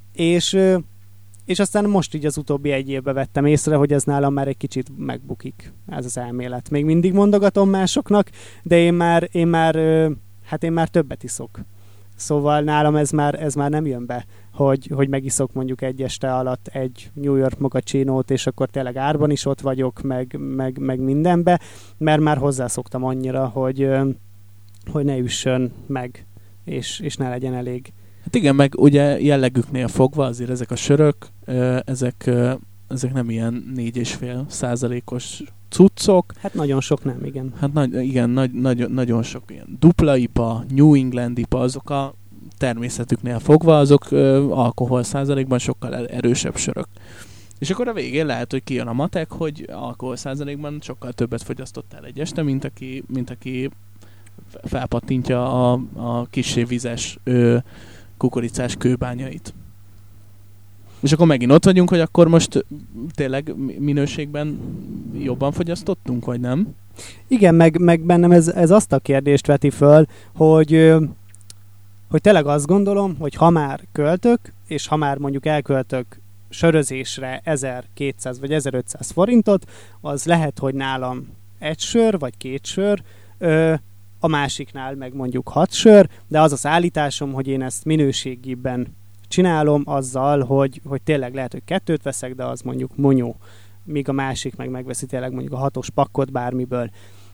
Speaker 1: És aztán most így az utóbbi egy évben vettem észre, hogy ez nálam már egy kicsit megbukik, ez az elmélet. Még mindig mondogatom másoknak, de én már többet iszok. Szóval nálam ez már nem jön be, hogy megiszok mondjuk egy este alatt egy New York moccaccinót, és akkor tényleg árban is ott vagyok, meg mindenbe, mert már hozzászoktam annyira, hogy ne üssön meg, és ne legyen elég.
Speaker 2: Hát igen, meg ugye jellegüknél fogva azért ezek a sörök, ezek nem ilyen 4,5%-os cuccok.
Speaker 1: Hát nagyon sok nem, igen.
Speaker 2: Hát nagyon sok ilyen dupla IPA, New England IPA, azok a természetüknél fogva, azok alkohol százalékban sokkal erősebb sörök. És akkor a végén lehet, hogy kijön a matek, hogy alkohol százalékban sokkal többet fogyasztottál egy este, mint aki felpattintja a kissé vizes kukoricás kőbányait. És akkor megint ott vagyunk, hogy akkor most tényleg minőségben jobban fogyasztottunk, vagy nem?
Speaker 1: Igen, meg bennem ez azt a kérdést veti föl, hogy tényleg azt gondolom, hogy ha már költök, és ha már mondjuk elköltök sörözésre 1200 vagy 1500 forintot, az lehet, hogy nálam egy sör, vagy 2 sör, a másiknál meg mondjuk 6 sör, de az az állításom, hogy én ezt minőségében csinálom azzal, hogy tényleg lehet, hogy 2 veszek, de az mondjuk monyó, míg a másik meg megveszi tényleg mondjuk a 6-os pakkot bármiből.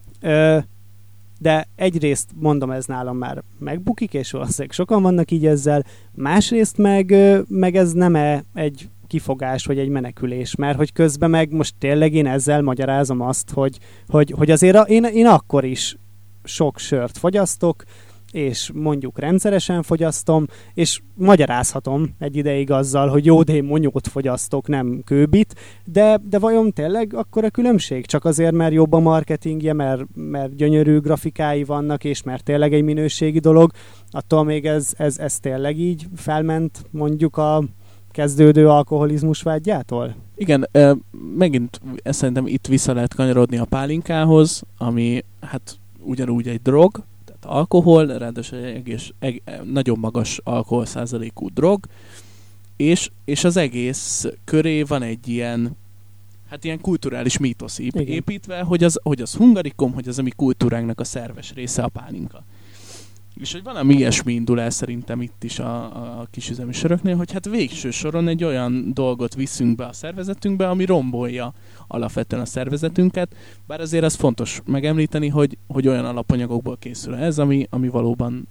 Speaker 1: De egyrészt mondom, ez nálam már megbukik, és valószínűleg sokan vannak így ezzel, másrészt meg ez nem egy kifogás, vagy egy menekülés, mert hogy közben meg most tényleg én ezzel magyarázom azt, hogy azért én akkor is sok sört fogyasztok, és mondjuk rendszeresen fogyasztom, és magyarázhatom egy ideig azzal, hogy jó, de én monyót fogyasztok, nem kőbit, de vajon tényleg akkor a különbség? Csak azért, mert jobb a marketingje, mert gyönyörű grafikái vannak, és mert tényleg egy minőségi dolog, attól még ez tényleg így felment mondjuk a kezdődő alkoholizmus vágyától?
Speaker 2: Igen, megint szerintem itt vissza lehet kanyarodni a pálinkához, ami hát ugyanúgy egy drog, tehát alkohol, ráadásul egy nagyon magas alkoholszázalékú drog, és az egész köré van egy ilyen kulturális mítosz építve, hogy az hungarikum, hogy az a mi kultúránknak a szerves része a pálinka. És hogy valami ilyesmi indul el szerintem itt is a kisüzemi söröknél, hogy hát végső soron egy olyan dolgot viszünk be a szervezetünkbe, ami rombolja alapvetően a szervezetünket, bár azért az fontos megemlíteni, hogy olyan alapanyagokból készül ez, ami valóban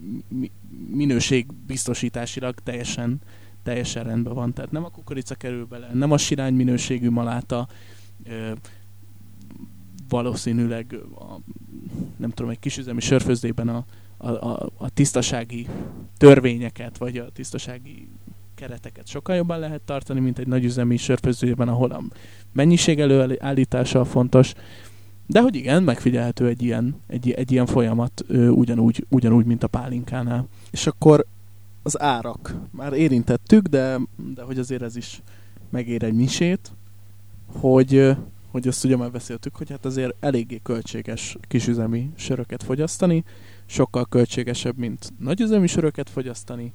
Speaker 2: minőségbiztosításilag teljesen rendben van. Tehát nem a kukorica kerül bele, nem a sirány minőségű maláta, valószínűleg nem tudom, egy kisüzemi sörfőzdében a tisztasági törvényeket, vagy a tisztasági kereteket sokkal jobban lehet tartani, mint egy nagyüzemi sörfőzdében, ahol a mennyiség előállítása fontos. De hogy igen, megfigyelhető egy ilyen folyamat ugyanúgy, mint a pálinkánál. És akkor az árak. Már érintettük, de hogy azért ez is megér egy misét, hogy azt ugye már beszéltük, hogy hát azért eléggé költséges kisüzemi söröket fogyasztani, sokkal költségesebb, mint nagyüzemi söröket fogyasztani,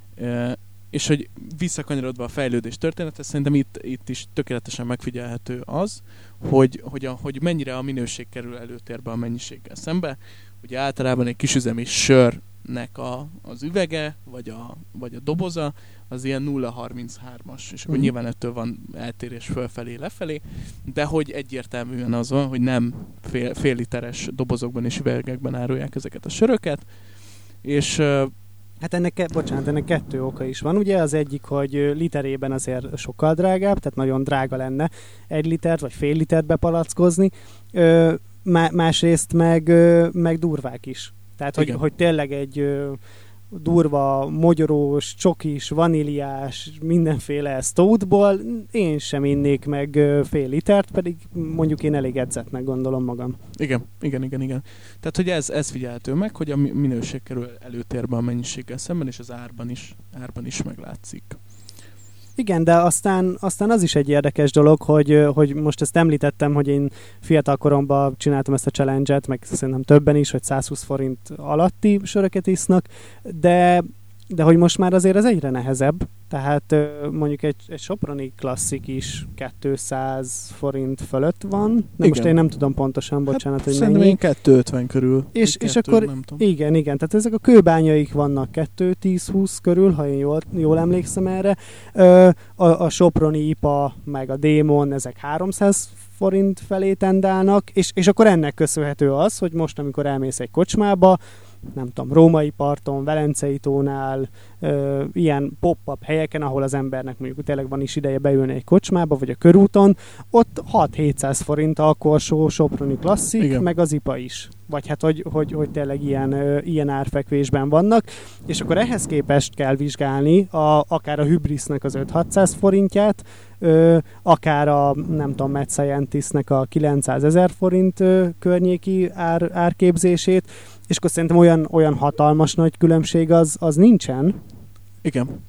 Speaker 2: és hogy visszakanyarodva a fejlődés története, szerintem itt is tökéletesen megfigyelhető az, hogy mennyire a minőség kerül előtérbe a mennyiséggel szembe. Ugye általában egy kisüzemi sörnek az üvege, vagy a doboza, az ilyen 0,33-as, és akkor nyilván ettől van eltérés fölfelé, lefelé, de hogy egyértelműen az van, hogy nem fél literes dobozokban és üvegekben árulják ezeket a söröket, és
Speaker 1: hát ennek 2 oka is van. Ugye az egyik, hogy literében azért sokkal drágább, tehát nagyon drága lenne 1 litert vagy fél litert bepalackozni, másrészt meg durvák is. Tehát, hogy tényleg egy durva, mogyorós, csokis, vaníliás, mindenféle stoutból én sem innék meg fél litert, pedig mondjuk én elég edzettnek gondolom magam.
Speaker 2: Igen. Tehát, hogy ez figyelhető meg, hogy a minőség kerül előtérbe a mennyiséggel szemben, és az árban is meglátszik.
Speaker 1: Igen, de aztán az is egy érdekes dolog, hogy most ezt említettem, hogy én fiatal koromban csináltam ezt a challenge-et, meg szerintem többen is, hogy 120 forint alatti söröket isznak, de hogy most már azért ez egyre nehezebb, tehát mondjuk egy soproni klasszik is 200 forint fölött van, de most én nem tudom pontosan, bocsánat, hogy mennyi.
Speaker 2: Szerintem 250 körül.
Speaker 1: És akkor igen, tehát ezek a kőbányaik vannak 210-20 körül, ha én jól emlékszem erre. A soproni IPA, meg a Démon, ezek 300 forint felé tendálnak, és akkor ennek köszönhető az, hogy most, amikor elmész egy kocsmába, nem tudom, Római parton, Velencei tónál, ilyen pop-up helyeken, ahol az embernek mondjuk tényleg van is ideje beülni egy kocsmába, vagy a körúton, ott 6-700 forint a korsó soproni klasszik, igen, meg az IPA is. Vagy hát, hogy tényleg ilyen árfekvésben vannak, és akkor ehhez képest kell vizsgálni akár a Hybrisnek az 5-600 forintját, akár a, nem tudom, Mad Scientistnek a 900 000 forint környéki árképzését, és akkor szerintem olyan hatalmas nagy különbség az nincsen.
Speaker 2: Igen.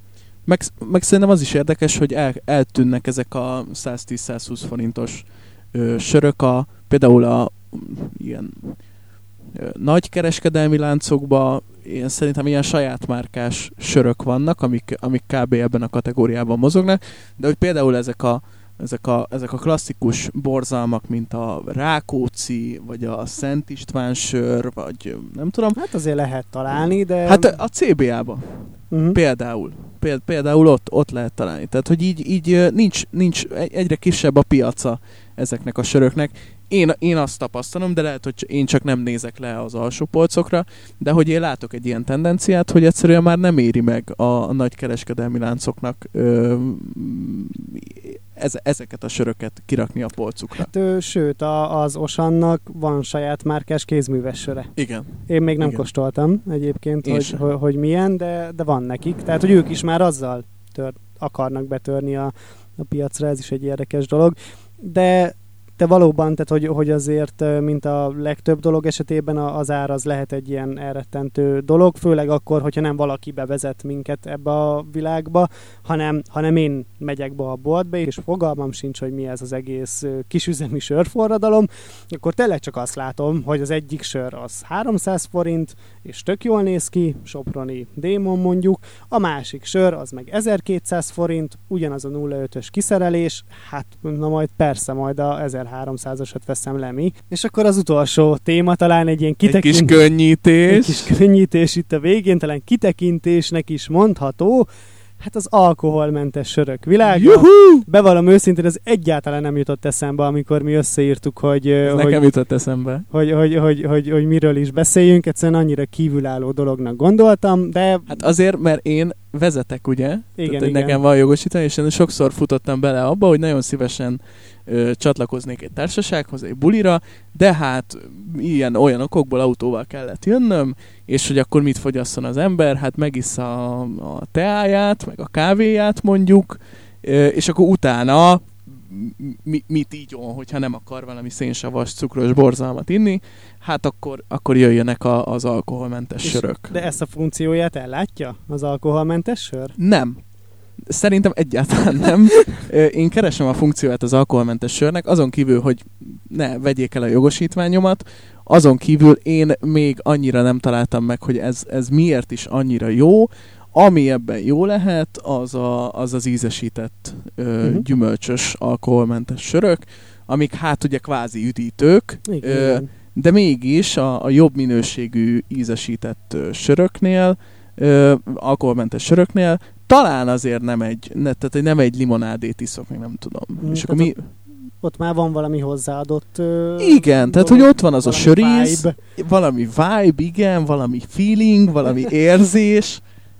Speaker 2: Meg szerintem az is érdekes, hogy eltűnnek ezek a 110-120 forintos sörök, például ilyen nagy kereskedelmi láncokban szerintem ilyen saját márkás sörök vannak, amik kb. Ebben a kategóriában mozognak, de hogy például ezek a klasszikus borzalmak, mint a Rákóczi, vagy a Szent István sör, vagy nem tudom.
Speaker 1: Hát azért lehet találni, de...
Speaker 2: Hát a CBA-ba például ott lehet találni. Tehát, hogy így nincs egyre kisebb a piaca ezeknek a söröknek. Én azt tapasztalom, de lehet, hogy én csak nem nézek le az alsó polcokra, de hogy én látok egy ilyen tendenciát, hogy egyszerűen már nem éri meg a nagy kereskedelmi láncoknak ezeket a söröket kirakni a polcukra.
Speaker 1: Hát, sőt, az Osannak van saját márkás kézműves söre.
Speaker 2: Igen.
Speaker 1: Én még nem kóstoltam egyébként, hogy milyen, de van nekik. Tehát, hogy ők is már azzal akarnak betörni a piacra, ez is egy érdekes dolog. De valóban, tehát hogy azért, mint a legtöbb dolog esetében az ár az lehet egy ilyen elrettentő dolog, főleg akkor, hogyha nem valaki bevezet minket ebbe a világba, hanem én megyek be a boltba, és fogalmam sincs, hogy mi ez az egész kisüzemi sörforradalom, akkor tényleg csak azt látom, hogy az egyik sör az 300 forint, és tök jól néz ki, soproni démon mondjuk, a másik sör az meg 1200 forint, ugyanaz a 0,5-ös kiszerelés, hát na majd persze, majd a 1300-asat veszem le mi. És akkor az utolsó téma talán egy ilyen
Speaker 2: Egy kis könnyítés.
Speaker 1: Egy kis könnyítés itt a végén, talán kitekintésnek is mondható. Hát az alkoholmentes sörök világa.
Speaker 2: Juhu!
Speaker 1: Bevallom őszintén, ez egyáltalán nem jutott eszembe, amikor mi összeírtuk, hogy
Speaker 2: nekem jutott eszembe.
Speaker 1: Hogy miről is beszéljünk. Egyszerűen annyira kívülálló dolognak gondoltam, de...
Speaker 2: Hát azért, mert én vezetek, ugye?
Speaker 1: Igen,
Speaker 2: tehát, nekem van jogosítvány, és én sokszor futottam bele abba, hogy nagyon szívesen csatlakoznék egy társasághoz, egy bulira, de hát ilyen-olyan okokból autóval kellett jönnöm, és hogy akkor mit fogyasszon az ember? Hát megissza a teáját, meg a kávéját mondjuk, és akkor utána mit ígyon, hogyha nem akar valami szénsavas, cukros borzalmat inni, hát akkor jöjjenek az alkoholmentes sörök.
Speaker 1: De ezt a funkcióját ellátja az alkoholmentes sör?
Speaker 2: Nem. Szerintem egyáltalán nem. Én keresem a funkcióját az alkoholmentes sörnek, azon kívül, hogy ne vegyék el a jogosítványomat, azon kívül én még annyira nem találtam meg, hogy ez miért is annyira jó. Ami ebben jó lehet, az ízesített gyümölcsös alkoholmentes sörök, amik hát ugye kvázi üdítők, de mégis a jobb minőségű ízesített söröknél, alkoholmentes söröknél talán azért nem egy limonádét iszok, még nem tudom. És akkor
Speaker 1: ott már van valami hozzáadott...
Speaker 2: igen, tehát hogy ott van az a söríz, valami vibe, igen, valami feeling, valami érzés,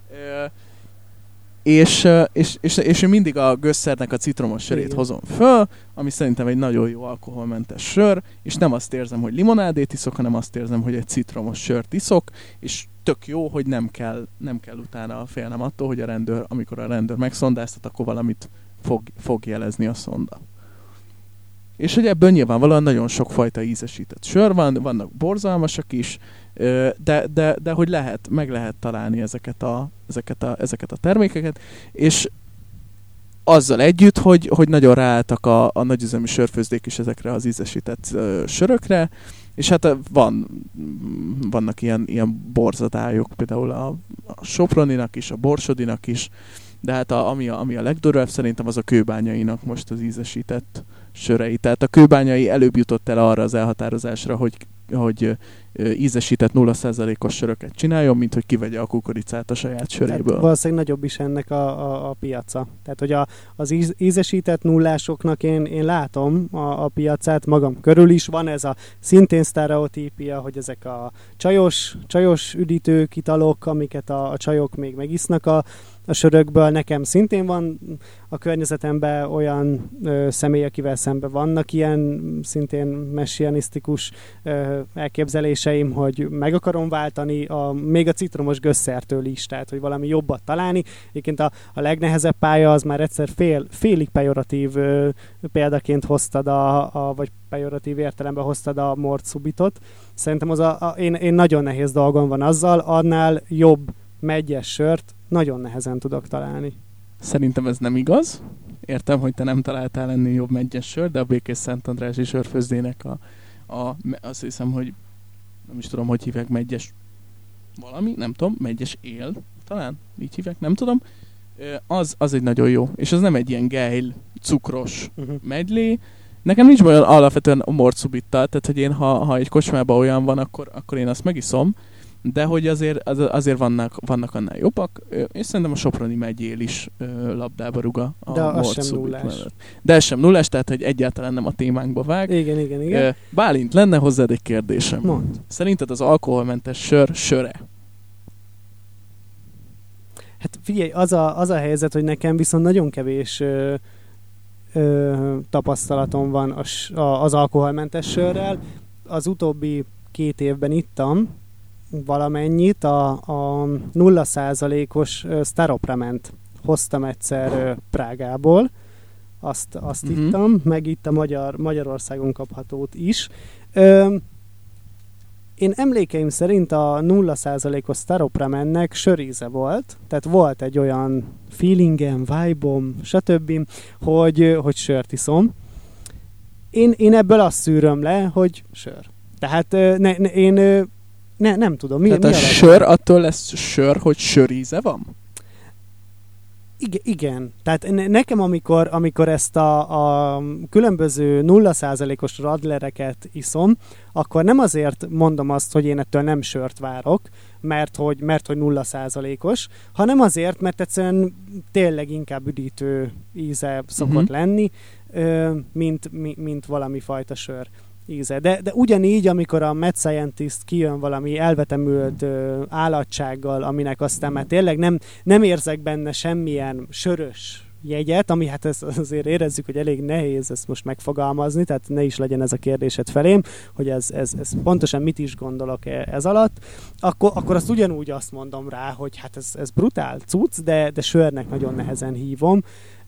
Speaker 2: és én mindig a Gösszernek a citromos sörét hozom föl, ami szerintem egy nagyon jó alkoholmentes sör, és nem azt érzem, hogy limonádét iszok, hanem azt érzem, hogy egy citromos sört iszok, és tök jó, hogy nem kell utána félnem attól, hogy amikor a rendőr megszondáztat, akkor valamit fog jelezni a szonda. És hogy ebből nyilvánvalóan nagyon sokfajta ízesített sör van, vannak borzalmasak is, de hogy meg lehet találni ezeket a termékeket, és azzal együtt, hogy nagyon ráálltak a nagyüzemi sörfőzdék is ezekre az ízesített sörökre, és hát vannak ilyen borzadályok, például a Soproninak is, a Borsodinak is, de hát ami a legdurvább szerintem az a Kőbányainak most az ízesített sörei. Tehát a Kőbányai előbb jutott el arra az elhatározásra, hogy ízesített 0%-os söröket csináljon, mint hogy kivegye a kukoricát a saját söréből.
Speaker 1: Tehát valószínűleg nagyobb is ennek a piaca. Tehát, hogy az ízesített nullásoknak én látom a piacát magam körül is. Van ez a szintén sztereotípia, hogy ezek a csajos üdítők, italok, amiket a csajok még megisznak a sörökből. Nekem szintén van a környezetemben olyan személy, akivel szemben vannak ilyen szintén messianisztikus elképzeléseim, hogy meg akarom váltani még a citromos Gösszertől is, tehát hogy valami jobbat találni. Egyébként a legnehezebb pálya az már egyszer félig pejoratív példaként hoztad, vagy pejoratív értelemben hoztad a Mort Subitot. Szerintem én nagyon nehéz dolgom van azzal, annál jobb meggyes sört nagyon nehezen tudok találni.
Speaker 2: Szerintem ez nem igaz. Értem, hogy te nem találtál ennél jobb meggyes sört, de a Békés Szent Andrássy sörfőzdének azt hiszem, hogy nem is tudom, hogy hívják, meggyes valami, nem tudom, meggyes él, talán így hívják, nem tudom. Az egy nagyon jó, és az nem egy ilyen gejl, cukros megylé. Nekem nincs olyan alapvetően morcubittal, tehát hogy én, ha egy kocsmában olyan van, akkor én azt megiszom, de hogy azért vannak annál jobbak, és szerintem a Soproni megyél is labdába ruga a morcubit mellett. De ez sem nullás, tehát hogy egyáltalán nem a témánkba vág.
Speaker 1: Igen.
Speaker 2: Bálint, lenne hozzád egy kérdésem.
Speaker 1: Mondd.
Speaker 2: Szerinted az alkoholmentes sör söre?
Speaker 1: Hát figyelj, az a helyzet, hogy nekem viszont nagyon kevés tapasztalatom van az alkoholmentes sörrel. Az utóbbi 2 évben ittam valamennyit, a 0%-os Staroprament hoztam egyszer Prágából, azt ittam, meg itt a Magyarországon kaphatót is. Én emlékeim szerint a 0%-os Staropramennek söríze volt, tehát volt egy olyan feelingem, vibe-om, stb., hogy sört iszom. Én ebből azt szűröm le, hogy sör. Tehát én nem tudom.
Speaker 2: Tehát a sör attól lesz sör, hogy söríze van?
Speaker 1: Igen. Tehát nekem, amikor ezt a különböző 0%-os radlereket iszom, akkor nem azért mondom azt, hogy én ettől nem sört várok, mert hogy 0%-os, hanem azért, mert egyszerűen tényleg inkább üdítő íze szokott lenni, mint valami fajta sör íze. De ugyanígy, amikor a Mad Scientist kijön valami elvetemült állatsággal, aminek aztán már tényleg nem érzek benne semmilyen sörös jegyet, ami hát azért érezzük, hogy elég nehéz ezt most megfogalmazni, tehát ne is legyen ez a kérdésed felém, hogy ez pontosan mit is gondolok ez alatt, akkor azt ugyanúgy azt mondom rá, hogy hát ez brutál cucc, de sörnek nagyon nehezen hívom.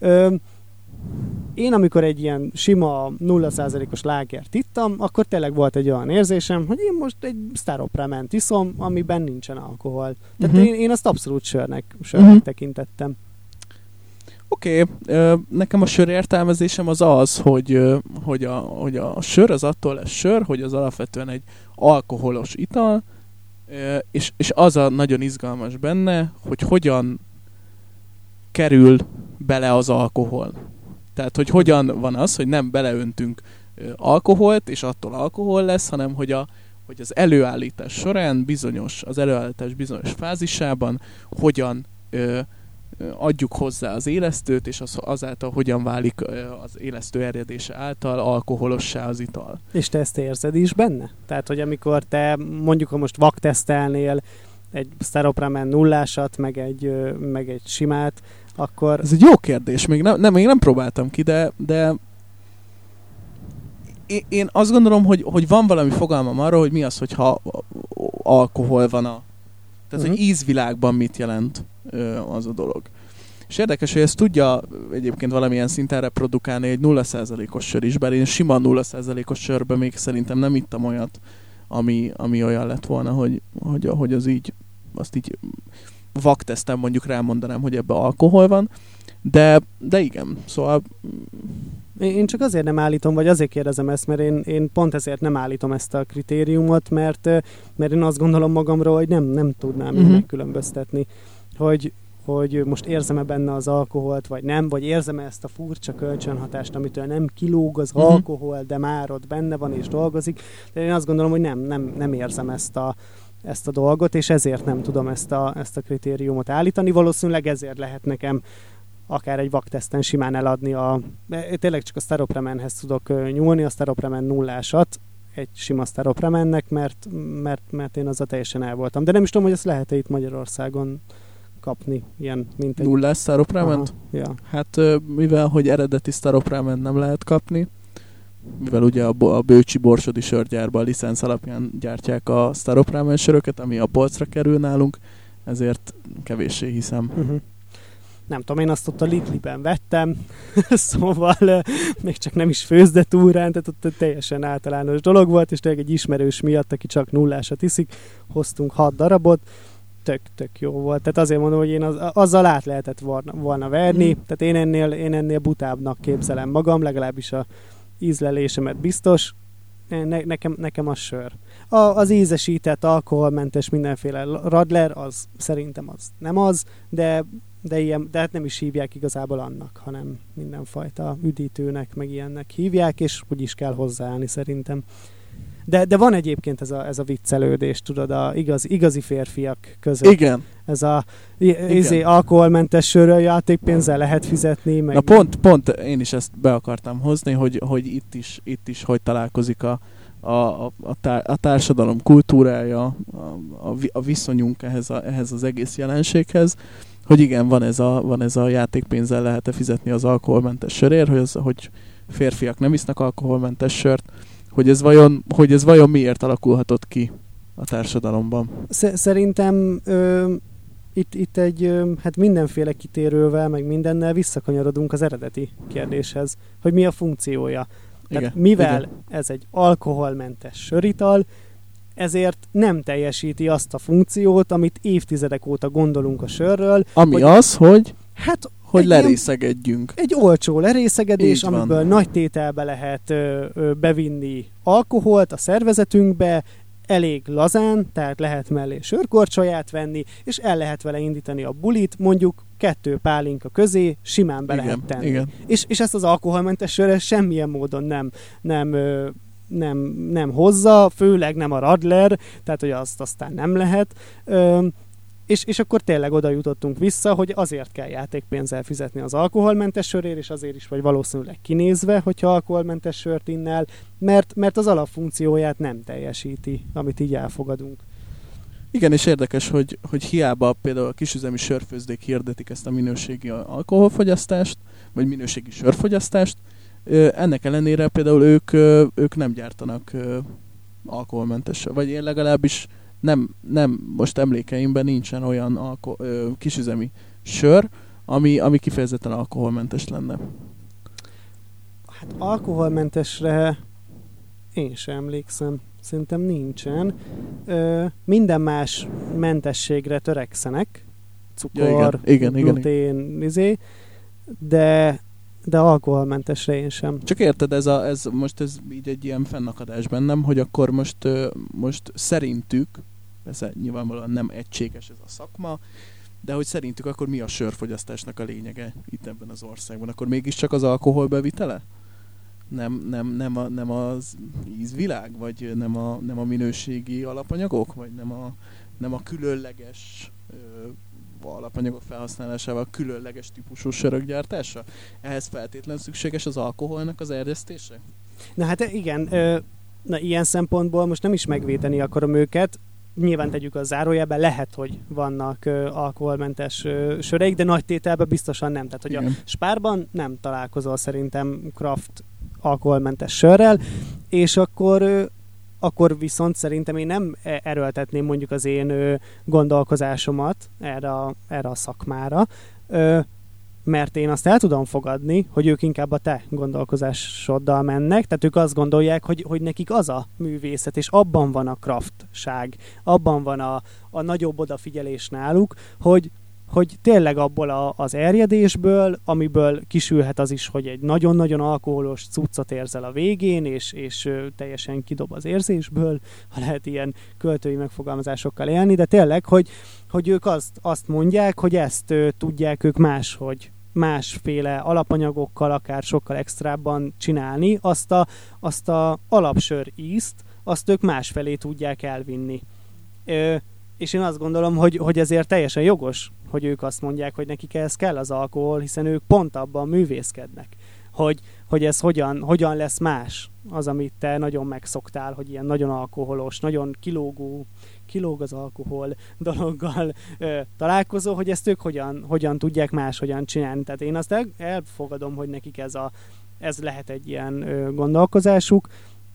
Speaker 1: Én amikor egy ilyen sima 0%-os lágert ittam, akkor tényleg volt egy olyan érzésem, hogy én most egy Staroprament iszom, amiben nincsen alkohol. Tehát én azt abszolút sörnek tekintettem.
Speaker 2: Oké, nekem a sör értelmezésem az, hogy a sör az attól lesz sör, hogy az alapvetően egy alkoholos ital, és az a nagyon izgalmas benne, hogy hogyan kerül bele az alkohol. Tehát, hogy hogyan van az, hogy nem beleöntünk alkoholt, és attól alkohol lesz, hanem hogy az előállítás során az előállítás bizonyos fázisában hogyan adjuk hozzá az élesztőt, és azáltal hogyan válik az élesztő erjedése által alkoholossá az ital.
Speaker 1: És te ezt érzed is benne? Tehát, hogy amikor te mondjuk, ha most vaktesztelnél egy Staropramen nullásat, meg egy simát, akkor...
Speaker 2: Ez egy jó kérdés, még nem próbáltam ki, de én azt gondolom, hogy van valami fogalmam arról, hogy mi az, hogyha alkohol van tehát, hogy ízvilágban mit jelent az a dolog. És érdekes, hogy ezt tudja egyébként valamilyen szinten reprodukálni egy 0%-os sör is, bár én sima 0%-os sörben még szerintem nem ittam olyat, ami olyan lett volna, hogy az így, azt így vakteszten mondjuk rámondanám, hogy ebbe alkohol van, de igen, szóval...
Speaker 1: Én csak azért nem állítom, vagy azért kérdezem ezt, mert én pont ezért nem állítom ezt a kritériumot, mert én azt gondolom magamról, hogy nem tudnám megkülönböztetni, hogy most érzem-e benne az alkoholt, vagy nem, vagy érzem-e ezt a furcsa kölcsönhatást, amitől nem kilóg az alkohol, de már ott benne van és dolgozik. De én azt gondolom, hogy nem érzem ezt a dolgot, és ezért nem tudom ezt a kritériumot állítani. Valószínűleg ezért lehet nekem akár egy vakteszten simán eladni tényleg csak a Staropramenhez tudok nyúlni, a Staropramen nullásat, egy sima Staropramennek, mert én azzal teljesen el voltam. De nem is tudom, hogy ezt lehet-e itt Magyarországon kapni, ilyen, mint egy...
Speaker 2: Nullás Staroprament?
Speaker 1: Ja.
Speaker 2: Hát mivel, hogy eredeti Staroprament nem lehet kapni, mivel ugye a Bőcsi Borsodi sörgyárban a licenc alapján gyártják a Staropramen söröket, ami a polcra kerül nálunk, ezért kevéssé hiszem.
Speaker 1: Nem tudom, én azt ott a Lidl-ben vettem, szóval még csak nem is főzdetúrán, tehát ott teljesen általános dolog volt, és tényleg egy ismerős miatt, aki csak nullásat iszik, hoztunk 6 darabot, tök jó volt. Tehát azért mondom, hogy én azzal át lehetett volna verni, tehát én ennél butábbnak képzelem magam, legalábbis a ízlelésemet biztos. Nekem az sör. Az ízesített, alkoholmentes mindenféle radler, az szerintem az nem az, de hát nem is hívják igazából annak, hanem mindenfajta üdítőnek, meg ilyennek hívják, és úgy is kell hozzáállni szerintem. De van egyébként ez a viccelődés, tudod, a igazi férfiak között.
Speaker 2: Igen.
Speaker 1: Ez a alkoholmentes sörrel játékpénzzel lehet fizetni. Meg...
Speaker 2: Na pont én is ezt be akartam hozni, hogy itt is hogy találkozik a társadalom kultúrája, a viszonyunk ehhez az egész jelenséghez, hogy igen, van ez a játékpénzzel lehet fizetni az alkoholmentes sörért, hogy férfiak nem isznak alkoholmentes sört, hogy ez vajon miért alakulhatott ki a társadalomban?
Speaker 1: Szerintem itt egy hát mindenféle kitérővel, meg mindennel visszakanyarodunk az eredeti kérdéshez, hogy mi a funkciója. Tehát mivel ez egy alkoholmentes sörital, ezért nem teljesíti azt a funkciót, amit évtizedek óta gondolunk a sörről.
Speaker 2: Ami hogy lerészegedjünk.
Speaker 1: Egy olcsó lerészegedés, amiből nagy tételbe lehet bevinni alkoholt a szervezetünkbe, elég lazán, tehát lehet mellé sörkorcsolyát venni, és el lehet vele indítani a bulit, mondjuk 2 pálinka közé simán be lehet tenni.
Speaker 2: Igen.
Speaker 1: És ezt az alkoholmentes sörre semmilyen módon nem hozza, főleg nem a radler, tehát hogy azt aztán nem lehet. És akkor tényleg oda jutottunk vissza, hogy azért kell játékpénzzel fizetni az alkoholmentes sörért, és azért is vagy valószínűleg kinézve, hogyha alkoholmentes sört innál, mert az alapfunkcióját nem teljesíti, amit így elfogadunk.
Speaker 2: Igen, és érdekes, hogy hiába például a kisüzemi sörfőzdék hirdetik ezt a minőségi alkoholfogyasztást, vagy minőségi sörfogyasztást, ennek ellenére például ők nem gyártanak alkoholmentes sört, vagy én legalábbis nem most emlékeimben nincsen olyan kisüzemi sör, ami kifejezetten alkoholmentes lenne.
Speaker 1: Hát alkoholmentesre én sem emlékszem. Szerintem nincsen. Minden más mentességre törekszenek. Cukor, glutén, de alkoholmentesre én sem.
Speaker 2: Csak érted, ez így egy ilyen fennakadás bennem, hogy akkor most szerintük, persze nyilvánvalóan nem egységes ez a szakma, de hogy szerintük akkor mi a sörfogyasztásnak a lényege itt ebben az országban? Akkor mégiscsak az alkohol bevitele? Nem az ízvilág, vagy nem a minőségi alapanyagok, vagy nem a különleges alapanyagok felhasználásával különleges típusú sörök gyártása? Ehhez feltétlenül szükséges az alkoholnak az erjesztése?
Speaker 1: Na hát igen, ilyen szempontból most nem is megvédeni akarom őket, nyilván tegyük a zárójelben, lehet, hogy vannak alkoholmentes söreik, de nagy tételben biztosan nem. Tehát, hogy igen. A Spárban nem találkozol szerintem craft alkoholmentes sörrel, és akkor viszont szerintem én nem erőltetném mondjuk az én gondolkozásomat erre a szakmára, mert én azt el tudom fogadni, hogy ők inkább a te gondolkozásoddal mennek, tehát ők azt gondolják, hogy nekik az a művészet, és abban van a craftság, abban van a nagyobb odafigyelés náluk, hogy tényleg abból az erjedésből, amiből kisülhet az is, hogy egy nagyon-nagyon alkoholos cuccot érzel a végén, és teljesen kidob az érzésből, ha lehet ilyen költői megfogalmazásokkal élni, de tényleg, hogy ők azt mondják, hogy ezt tudják ők másféle alapanyagokkal, akár sokkal extrábban csinálni, azt a alapsör ízt, azt ők másfelé tudják elvinni. És én azt gondolom, hogy ezért teljesen jogos, hogy ők azt mondják, hogy nekik ehhez kell az alkohol, hiszen ők pont abban művészkednek, hogy ez hogyan lesz más az, amit te nagyon megszoktál, hogy ilyen nagyon alkoholos, nagyon kilóg az alkohol dologgal találkozó, hogy ezt ők hogyan tudják máshogyan csinálni. Tehát én azt elfogadom, hogy nekik ez lehet egy ilyen gondolkozásuk.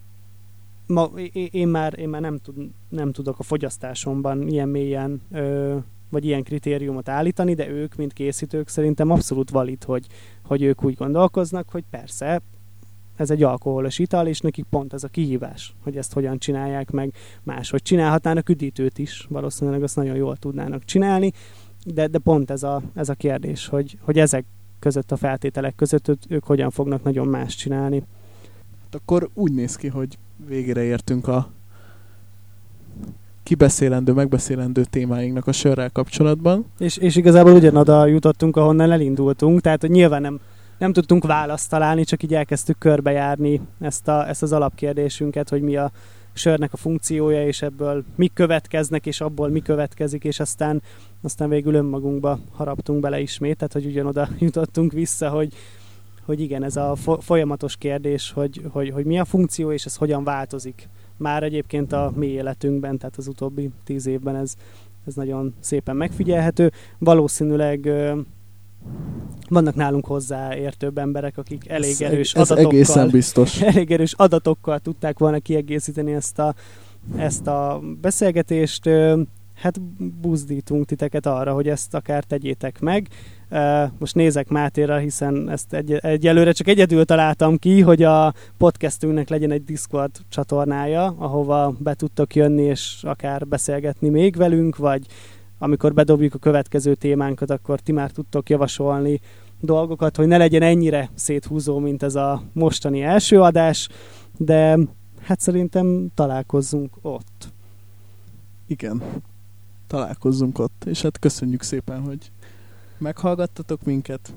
Speaker 1: Én már nem tudok a fogyasztásomban ilyen mélyen vagy ilyen kritériumot állítani, de ők, mint készítők, szerintem abszolút valid, hogy ők úgy gondolkoznak, hogy persze, ez egy alkoholos ital, és nekik pont ez a kihívás, hogy ezt hogyan csinálják meg máshogy. Csinálhatnának üdítőt is, valószínűleg azt nagyon jól tudnának csinálni, de pont ez a kérdés, hogy ezek között, a feltételek között ők hogyan fognak nagyon más csinálni.
Speaker 2: Hát akkor úgy néz ki, hogy végére értünk a kibeszélendő, megbeszélendő témáinknak a sörrel kapcsolatban.
Speaker 1: És igazából ugyanoda jutottunk, ahonnan elindultunk, tehát hogy nyilván nem tudtunk választ találni, csak így elkezdtük körbejárni ezt az alapkérdésünket, hogy mi a sörnek a funkciója, és ebből mik következnek, és abból mi következik, és aztán végül önmagunkba haraptunk bele ismét, tehát hogy ugyanoda jutottunk vissza, hogy igen, ez a folyamatos kérdés, hogy mi a funkció, és ez hogyan változik. Már egyébként a mi életünkben, tehát az utóbbi 10 évben ez nagyon szépen megfigyelhető. Valószínűleg vannak nálunk hozzáértőbb emberek, akik elég erős adatokkal tudták volna kiegészíteni ezt a beszélgetést. Hát buzdítunk titeket arra, hogy ezt akár tegyétek meg. Most nézek Mátéra, hiszen ezt egyelőre csak egyedül találtam ki, hogy a podcastünknek legyen egy Discord csatornája, ahova be tudtok jönni, és akár beszélgetni még velünk, vagy amikor bedobjuk a következő témánkat, akkor ti már tudtok javasolni dolgokat, hogy ne legyen ennyire széthúzó, mint ez a mostani első adás, de hát szerintem találkozzunk ott.
Speaker 2: Igen, találkozzunk ott, és hát köszönjük szépen, hogy meghallgattatok minket.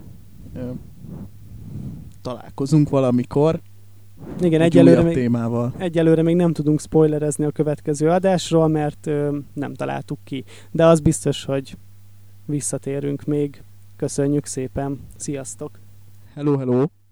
Speaker 2: Találkozunk valamikor.
Speaker 1: Igen, egyelőre még nem tudunk spoilerezni a következő adásról, mert nem találtuk ki. De az biztos, hogy visszatérünk még. Köszönjük szépen. Sziasztok!
Speaker 2: Hello, hello!